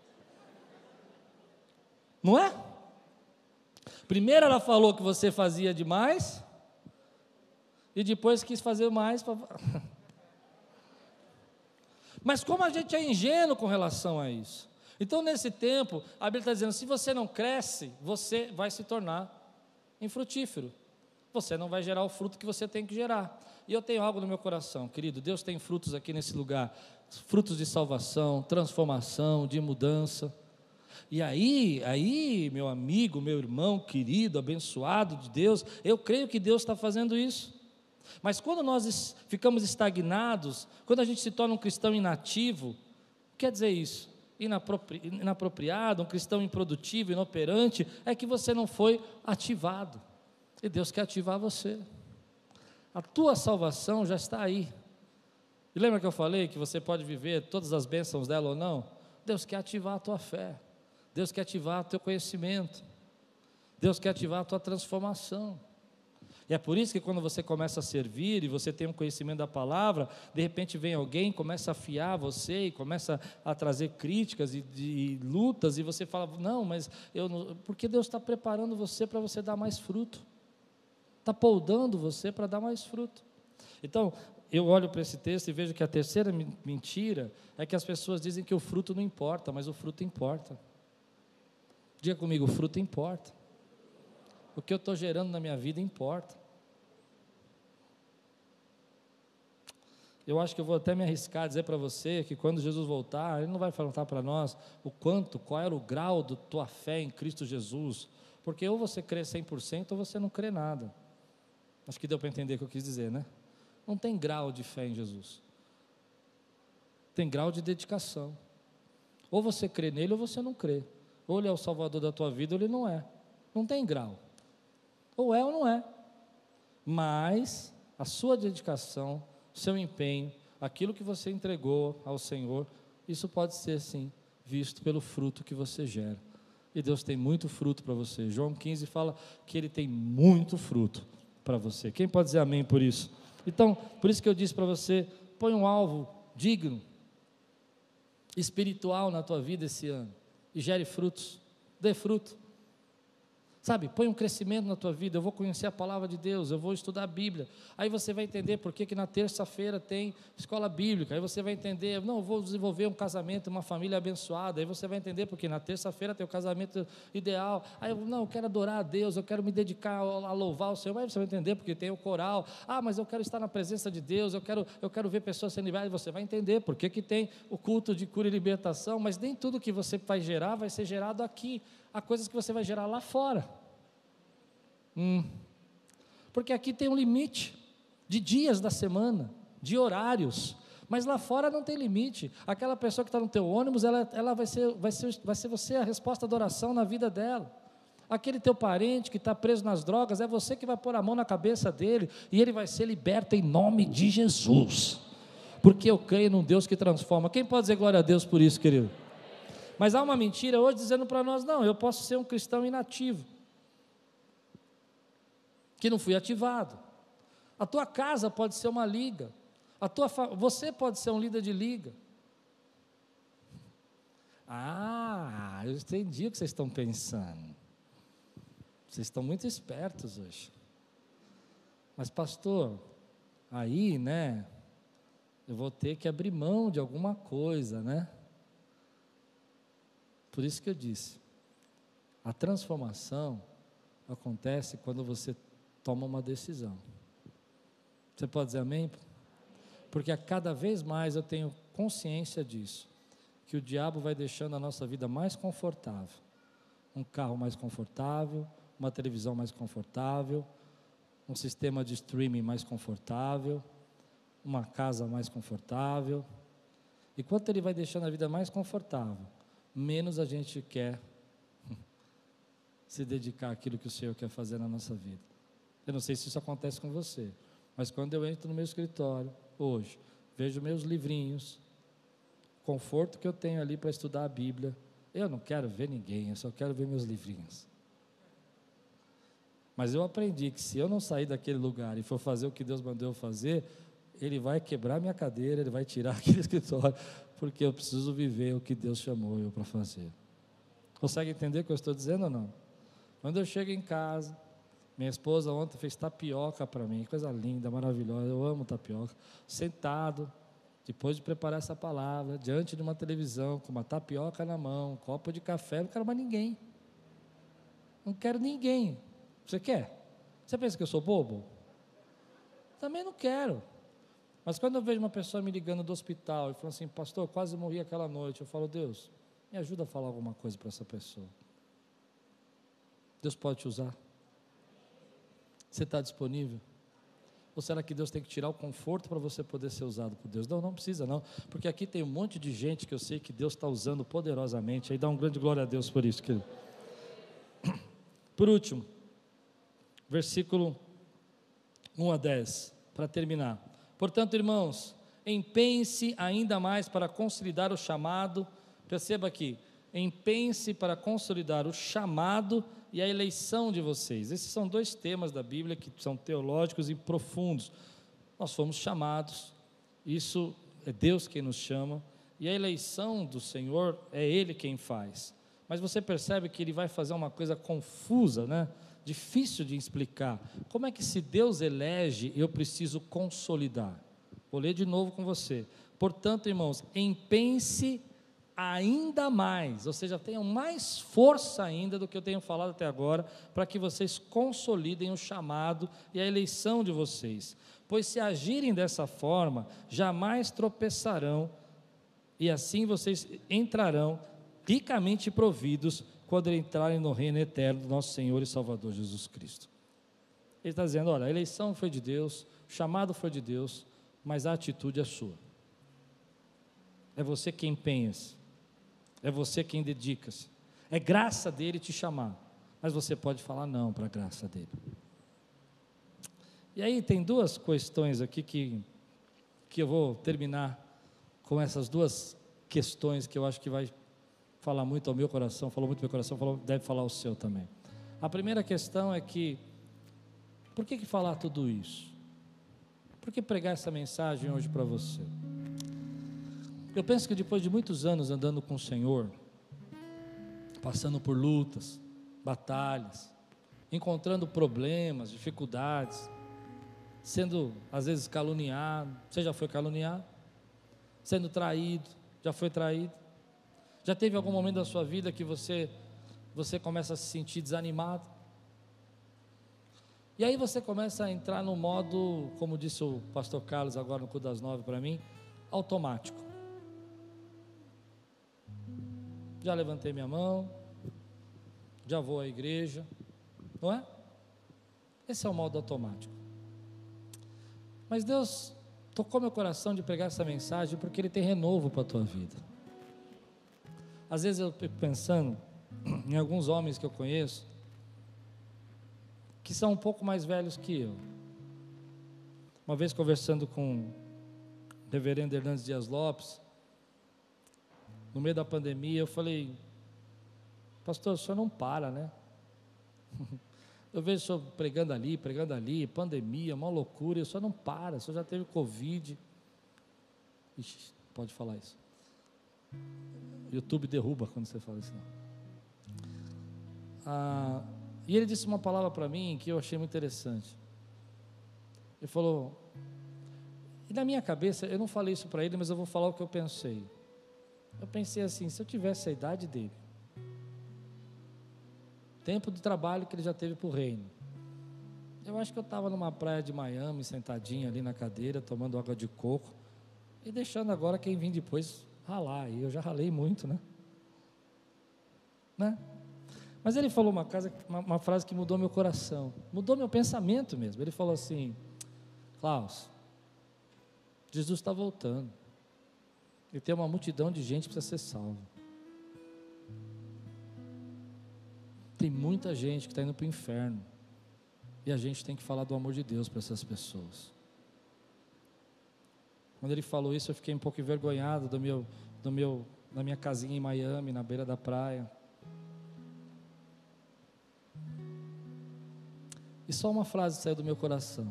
Não é? Primeiro ela falou que você fazia demais, e depois quis fazer mais para... Mas como a gente é ingênuo com relação a isso. Então nesse tempo, a Bíblia está dizendo, se você não cresce, você vai se tornar infrutífero. você não vai gerar o fruto que você tem que gerar. E eu tenho algo no meu coração, querido, Deus tem frutos aqui nesse lugar, frutos de salvação, transformação, de mudança. E aí, meu amigo, meu irmão querido, abençoado de Deus, eu creio que Deus está fazendo isso. Mas quando nós ficamos estagnados, quando a gente se torna um cristão inativo, quer dizer isso? Inapropriado, um cristão improdutivo, inoperante, é que você não foi ativado. E Deus quer ativar você. A tua salvação já está aí. E lembra que eu falei que você pode viver todas as bênçãos dela ou não? Deus quer ativar a tua fé. Deus quer ativar o teu conhecimento. Deus quer ativar a tua transformação. E é por isso que quando você começa a servir e você tem um conhecimento da palavra, de repente vem alguém, começa a afiar você e começa a trazer críticas e lutas, e você fala, não, mas porque Deus está preparando você para você dar mais fruto, está poldando você para dar mais fruto. Então, eu olho para esse texto e vejo que a terceira mentira é que as pessoas dizem que o fruto não importa, mas o fruto importa. Diga comigo, o fruto importa. O que eu estou gerando na minha vida importa. Eu acho que eu vou até me arriscar a dizer para você que quando Jesus voltar, Ele não vai perguntar para nós qual era o grau da tua fé em Cristo Jesus, porque ou você crê 100% ou você não crê nada. Acho que deu para entender o que eu quis dizer, né? Não tem grau de fé em Jesus, tem grau de dedicação. Ou você crê nele ou você não crê, ou Ele é o Salvador da tua vida ou Ele não é, não tem grau. Ou é ou não é, mas a sua dedicação, seu empenho, aquilo que você entregou ao Senhor, isso pode ser sim visto pelo fruto que você gera. E Deus tem muito fruto para você. João 15 fala que Ele tem muito fruto para você. Quem pode dizer amém por isso? Então, por isso que eu disse para você, põe um alvo digno, espiritual na tua vida esse ano, e gere frutos, dê fruto. Sabe, põe um crescimento na tua vida, eu vou conhecer a palavra de Deus, eu vou estudar a Bíblia, aí você vai entender por que na terça-feira tem escola bíblica, aí você vai entender, não, eu vou desenvolver um casamento, uma família abençoada, aí você vai entender porque na terça-feira tem o casamento ideal, aí eu quero adorar a Deus, eu quero me dedicar a louvar o Senhor, aí você vai entender porque tem o coral, mas eu quero estar na presença de Deus, eu quero ver pessoas sendo liberadas, você vai entender porque que tem o culto de cura e libertação, mas nem tudo que você vai gerar vai ser gerado aqui, há coisas que você vai gerar lá fora. Porque aqui tem um limite de dias da semana, de horários, mas lá fora não tem limite. Aquela pessoa que está no teu ônibus, ela vai ser você a resposta da oração na vida dela. Aquele teu parente que está preso nas drogas, é você que vai pôr a mão na cabeça dele, e ele vai ser liberto em nome de Jesus, porque eu creio num Deus que transforma. Quem pode dizer glória a Deus por isso, querido? Mas há uma mentira hoje dizendo para nós, não, eu posso ser um cristão inativo, que não fui ativado. A tua casa pode ser uma liga, você pode ser um líder de liga. Eu entendi o que vocês estão pensando, vocês estão muito espertos hoje, mas pastor, aí eu vou ter que abrir mão de alguma coisa, por isso que eu disse, a transformação acontece quando você toma uma decisão. Você pode dizer amém? Porque a cada vez mais eu tenho consciência disso, que o diabo vai deixando a nossa vida mais confortável, um carro mais confortável, uma televisão mais confortável, um sistema de streaming mais confortável, uma casa mais confortável, e quanto ele vai deixando a vida mais confortável, menos a gente quer se dedicar àquilo que o Senhor quer fazer na nossa vida. Eu não sei se isso acontece com você, mas quando eu entro no meu escritório, hoje, vejo meus livrinhos, o conforto que eu tenho ali para estudar a Bíblia, eu não quero ver ninguém, eu só quero ver meus livrinhos. Mas eu aprendi que se eu não sair daquele lugar e for fazer o que Deus mandou eu fazer, Ele vai quebrar minha cadeira, Ele vai tirar aquele escritório, porque eu preciso viver o que Deus chamou eu para fazer. Consegue entender o que eu estou dizendo ou não? Quando eu chego em casa, minha esposa ontem fez tapioca para mim, coisa linda, maravilhosa, eu amo tapioca. Sentado, depois de preparar essa palavra, diante de uma televisão, com uma tapioca na mão, um copo de café, não quero mais ninguém. Não quero ninguém. Você quer? Você pensa que eu sou bobo? Também não quero. Mas quando eu vejo uma pessoa me ligando do hospital e falando assim, pastor, eu quase morri aquela noite, eu falo, Deus, me ajuda a falar alguma coisa para essa pessoa. Deus pode te usar? Você está disponível? Ou será que Deus tem que tirar o conforto para você poder ser usado por Deus? Não, não precisa não, porque aqui tem um monte de gente que eu sei que Deus está usando poderosamente, aí dá um grande glória a Deus por isso, querido. Por último, versículo 1 a 10, para terminar. Portanto, irmãos, empenhe-se ainda mais para consolidar o chamado, perceba aqui, empenhe-se para consolidar o chamado e a eleição de vocês. Esses são dois temas da Bíblia que são teológicos e profundos. Nós fomos chamados, isso é Deus quem nos chama, e a eleição do Senhor é Ele quem faz. Mas você percebe que Ele vai fazer uma coisa confusa, né? Difícil de explicar. Como é que se Deus elege, eu preciso consolidar? Vou ler de novo com você. Portanto, irmãos, empenhe-se ainda mais, ou seja, tenham mais força ainda do que eu tenho falado até agora, para que vocês consolidem o chamado e a eleição de vocês, pois se agirem dessa forma, jamais tropeçarão, e assim vocês entrarão ricamente providos, quando entrarem no reino eterno do nosso Senhor e Salvador Jesus Cristo. Ele está dizendo, olha, a eleição foi de Deus, o chamado foi de Deus, mas a atitude é sua, é você quem empenha-se, é você quem dedica-se, é graça dele te chamar, mas você pode falar não para a graça dele. E aí tem duas questões aqui que eu vou terminar com essas duas questões que eu acho que vai falar muito ao meu coração, falou muito ao meu coração, deve falar ao seu também. A primeira questão é que, por que falar tudo isso? Por que pregar essa mensagem hoje para você? Eu penso que depois de muitos anos andando com o Senhor, passando por lutas, batalhas, encontrando problemas, dificuldades, sendo às vezes caluniado, você já foi caluniado? Sendo traído, já foi traído? Já teve algum momento da sua vida que você começa a se sentir desanimado? E aí você começa a entrar no modo, como disse o pastor Carlos agora no culto das 9 para mim, automático. Já levantei minha mão, já vou à igreja, não é? Esse é o modo automático. Mas Deus tocou meu coração de pregar essa mensagem porque Ele tem renovo para a tua vida. Às vezes eu fico pensando em alguns homens que eu conheço, que são um pouco mais velhos que eu. Uma vez conversando com o reverendo Hernandes Dias Lopes, no meio da pandemia, eu falei, pastor, o senhor não para, né? Eu vejo o senhor pregando ali, pandemia, uma loucura, e o senhor não para, o senhor já teve Covid. Ixi, pode falar isso. O YouTube derruba quando você fala isso. E ele disse uma palavra para mim que eu achei muito interessante. Ele falou, e na minha cabeça, eu não falei isso para ele, mas eu vou falar o que eu pensei. Eu pensei assim, se eu tivesse a idade dele, tempo de trabalho que ele já teve para o reino, eu acho que eu estava numa praia de Miami, sentadinho ali na cadeira, tomando água de coco, e deixando agora quem vir depois ralar, e eu já ralei muito, né? Mas ele falou uma frase que mudou meu coração, mudou meu pensamento mesmo. Ele falou assim, Klaus, Jesus está voltando, e tem uma multidão de gente que precisa ser salva. Tem muita gente que está indo para o inferno, e a gente tem que falar do amor de Deus para essas pessoas. Quando ele falou isso, eu fiquei um pouco envergonhado da minha casinha em Miami, na beira da praia. E só uma frase saiu do meu coração: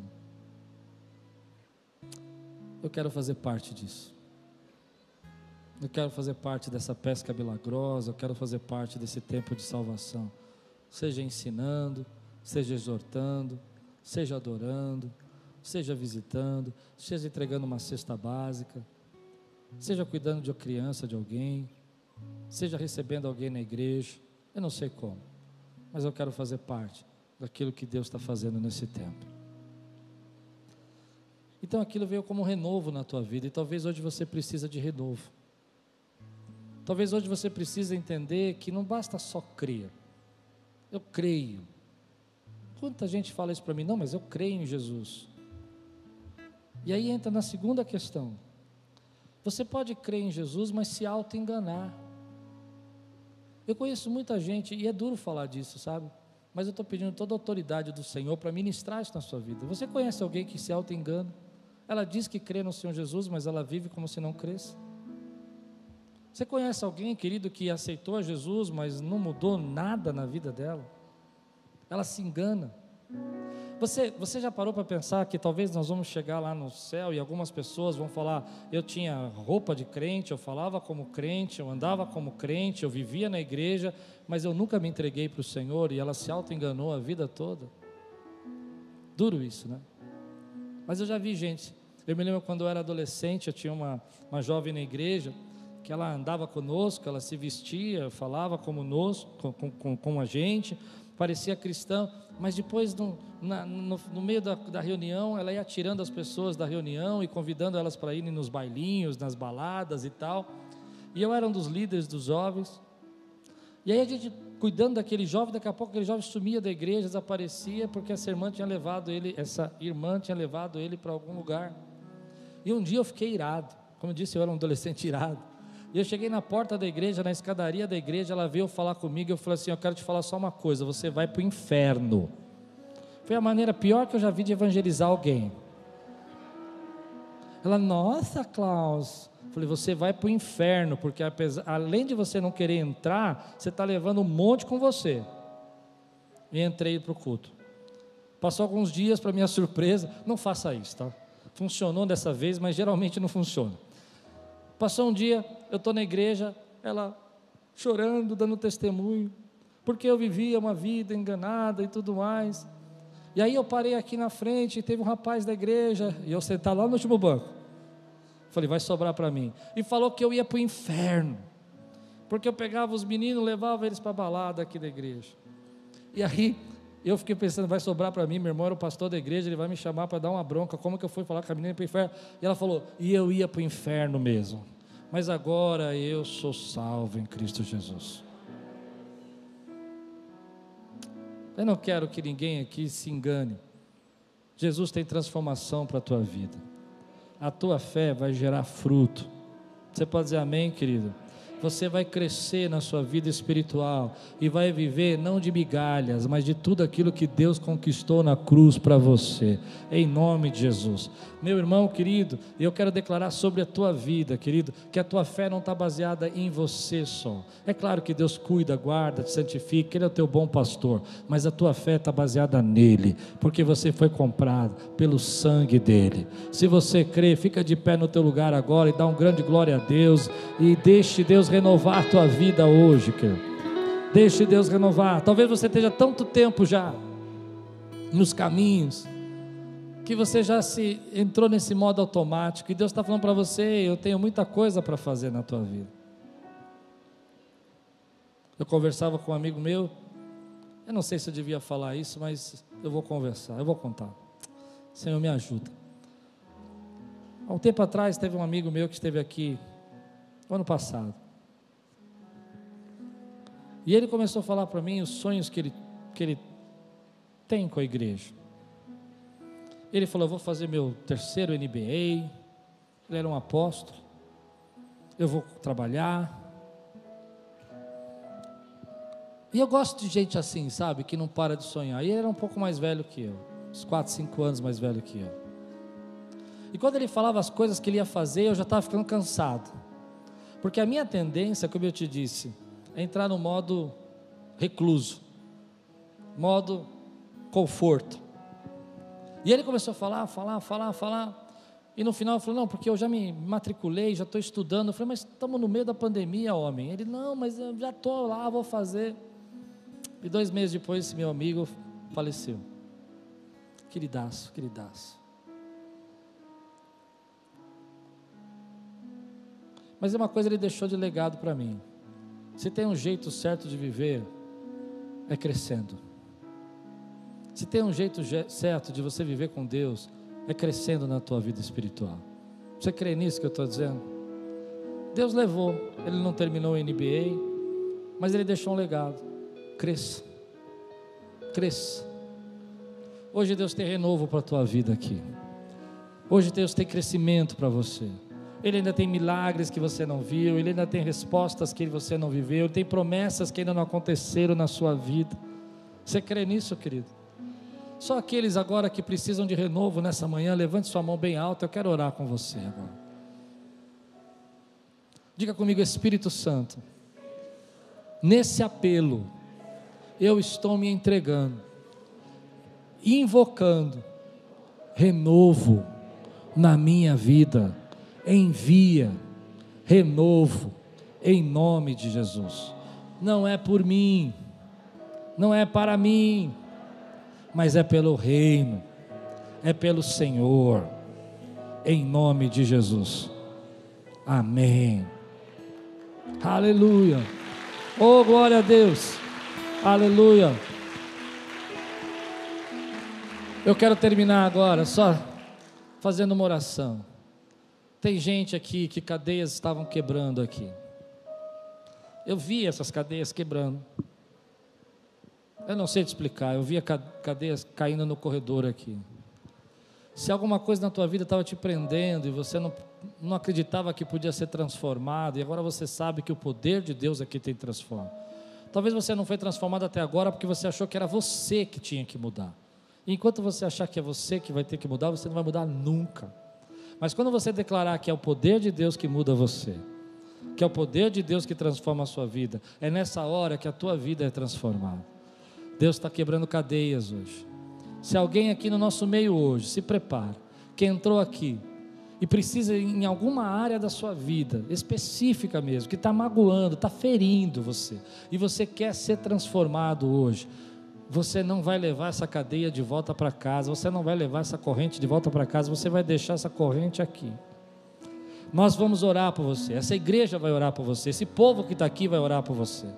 eu quero fazer parte disso. Eu quero fazer parte dessa pesca milagrosa, eu quero fazer parte desse tempo de salvação. Seja ensinando, seja exortando, seja adorando, seja visitando, seja entregando uma cesta básica, seja cuidando de uma criança, de alguém, seja recebendo alguém na igreja, eu não sei como, mas eu quero fazer parte daquilo que Deus está fazendo nesse tempo. Então aquilo veio como um renovo na tua vida, e talvez hoje você precisa de renovo. Talvez hoje você precise entender que não basta só crer. Eu creio. Quanta gente fala isso para mim, não, mas eu creio em Jesus. E aí entra na segunda questão. Você pode crer em Jesus, mas se auto-enganar. Eu conheço muita gente, e é duro falar disso, sabe? Mas eu estou pedindo toda a autoridade do Senhor para ministrar isso na sua vida. Você conhece alguém que se auto-engana? Ela diz que crê no Senhor Jesus, mas ela vive como se não cresce. Você conhece alguém, querido, que aceitou a Jesus, mas não mudou nada na vida dela? Ela se engana. Você já parou para pensar que talvez nós vamos chegar lá no céu e algumas pessoas vão falar: eu tinha roupa de crente, eu falava como crente, eu andava como crente, eu vivia na igreja, mas eu nunca me entreguei para o Senhor, e ela se auto-enganou a vida toda? Duro isso, né? Mas eu já vi gente. Eu me lembro quando eu era adolescente, eu tinha uma jovem na igreja, que ela andava conosco, ela se vestia, falava como nós, com a gente, parecia cristã, mas depois no meio da reunião, ela ia tirando as pessoas da reunião e convidando elas para irem nos bailinhos, nas baladas e tal, e eu era um dos líderes dos jovens, e aí a gente cuidando daquele jovem, daqui a pouco aquele jovem sumia da igreja, desaparecia, porque essa irmã tinha levado ele para algum lugar. E um dia eu fiquei irado, como eu disse, eu era um adolescente irado, e eu cheguei na porta da igreja, na escadaria da igreja, ela veio falar comigo, eu falei assim: eu quero te falar só uma coisa, você vai para o inferno. Foi a maneira pior que eu já vi de evangelizar alguém. Ela: nossa, Klaus. Eu falei: você vai para o inferno, porque além de você não querer entrar, você está levando um monte com você. E entrei para o culto. Passou alguns dias, para minha surpresa, não faça isso, tá? Funcionou dessa vez, mas geralmente não funciona. Passou um dia, eu estou na igreja, ela chorando, dando testemunho, porque eu vivia uma vida enganada e tudo mais. E aí eu parei aqui na frente, e teve um rapaz da igreja, e eu sentado lá no último banco. Falei: vai sobrar para mim. E falou que eu ia para o inferno, porque eu pegava os meninos, levava eles para a balada aqui da igreja. E aí eu fiquei pensando: vai sobrar para mim, meu irmão era o pastor da igreja, ele vai me chamar para dar uma bronca, como que eu fui falar com a menina para o inferno? E ela falou: e eu ia para o inferno mesmo, mas agora eu sou salvo em Cristo Jesus. Eu não quero que ninguém aqui se engane. Jesus tem transformação para a tua vida. A tua fé vai gerar fruto. Você pode dizer amém, querido? Você vai crescer na sua vida espiritual e vai viver não de migalhas, mas de tudo aquilo que Deus conquistou na cruz para você, em nome de Jesus. Meu irmão querido, eu quero declarar sobre a tua vida, querido, que a tua fé não está baseada em você só. É claro que Deus cuida, guarda, te santifica, Ele é o teu bom pastor, mas a tua fé está baseada nele, porque você foi comprado pelo sangue dele. Se você crê, fica de pé no teu lugar agora e dá um grande glória a Deus, e deixe Deus renovar a tua vida hoje, querido. Deixe Deus renovar. Talvez você esteja tanto tempo já nos caminhos, que você já se entrou nesse modo automático, e Deus está falando para você: eu tenho muita coisa para fazer na tua vida. Eu conversava com um amigo meu, eu não sei se eu devia falar isso, mas eu vou conversar, eu vou contar. Senhor, me ajuda. Há um tempo atrás teve um amigo meu que esteve aqui, ano passado, e ele começou a falar para mim os sonhos que ele tem com a igreja. Ele falou: eu vou fazer meu terceiro MBA, ele era um apóstolo, eu vou trabalhar. E eu gosto de gente assim, sabe, que não para de sonhar. E ele era um pouco mais velho que eu, uns 4, 5 anos mais velho que eu. E quando ele falava as coisas que ele ia fazer, eu já estava ficando cansado, porque a minha tendência, como eu te disse, é entrar no modo recluso, modo conforto. E ele começou a falar, e no final falou: não, porque eu já me matriculei, já estou estudando. Eu falei: mas estamos no meio da pandemia, homem. Ele: não, mas eu já estou lá, vou fazer. E 2 meses depois, esse meu amigo faleceu. Queridaço. Mas uma coisa ele deixou de legado para mim: se tem um jeito certo de viver, é crescendo. Se tem um jeito certo de você viver com Deus, é crescendo na tua vida espiritual. Você crê nisso que eu estou dizendo? Deus levou, Ele não terminou o NBA, mas Ele deixou um legado. Cresça, cresça. Hoje Deus tem renovo para a tua vida aqui. Hoje Deus tem crescimento para você. Ele ainda tem milagres que você não viu, Ele ainda tem respostas que você não viveu, Ele tem promessas que ainda não aconteceram na sua vida. Você crê nisso, querido? Só aqueles agora que precisam de renovo nessa manhã, levante sua mão bem alta, eu quero orar com você agora. Diga comigo: Espírito Santo, nesse apelo, eu estou me entregando, invocando renovo na minha vida. Envia renovo em nome de Jesus. Não é por mim, não é para mim, mas é pelo reino, é pelo Senhor, em nome de Jesus. Amém. Aleluia. Oh, glória a Deus. Aleluia. Eu quero terminar agora só fazendo uma oração. Tem gente aqui que cadeias estavam quebrando aqui. Eu vi essas cadeias quebrando. Eu não sei te explicar, eu vi cadeias caindo no corredor aqui. Se alguma coisa na tua vida estava te prendendo e você não acreditava que podia ser transformado, e agora você sabe que o poder de Deus aqui te transforma. Talvez você não foi transformado até agora porque você achou que era você que tinha que mudar. E enquanto você achar que é você que vai ter que mudar, você não vai mudar nunca. Mas quando você declarar que é o poder de Deus que muda você, que é o poder de Deus que transforma a sua vida, é nessa hora que a tua vida é transformada. Deus está quebrando cadeias hoje. Se alguém aqui no nosso meio hoje, se prepara, que entrou aqui e precisa em alguma área da sua vida, específica mesmo, que está magoando, está ferindo você, e você quer ser transformado hoje, você não vai levar essa cadeia de volta para casa, você não vai levar essa corrente de volta para casa, você vai deixar essa corrente aqui. Nós vamos orar por você, essa igreja vai orar por você, esse povo que está aqui vai orar por você.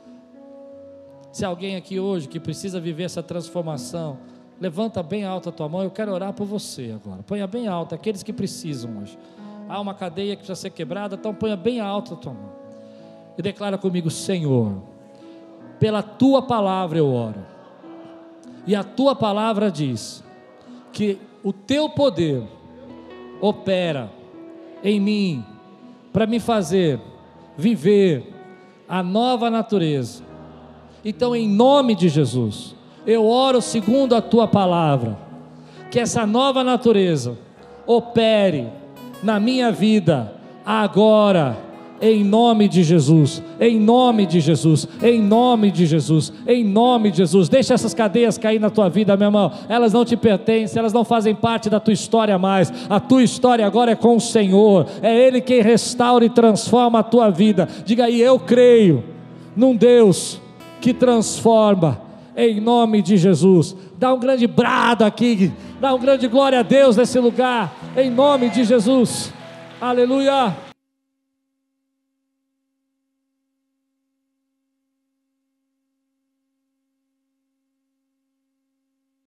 Se alguém aqui hoje que precisa viver essa transformação, levanta bem alta a tua mão, eu quero orar por você agora. Ponha bem alta, aqueles que precisam hoje. Há uma cadeia que precisa ser quebrada, então ponha bem alta a tua mão. E declara comigo: Senhor, pela tua palavra eu oro. E a tua palavra diz que o teu poder opera em mim para me fazer viver a nova natureza. Então, em nome de Jesus, eu oro segundo a tua palavra, que essa nova natureza opere na minha vida agora, em nome de Jesus, em nome de Jesus, em nome de Jesus, em nome de Jesus. Deixa essas cadeias cair na tua vida, meu irmão. Elas não te pertencem, elas não fazem parte da tua história mais. A tua história agora é com o Senhor. É Ele quem restaura e transforma a tua vida. Diga aí: eu creio num Deus que transforma, em nome de Jesus. Dá um grande brado aqui, dá um grande glória a Deus nesse lugar, em nome de Jesus. Aleluia.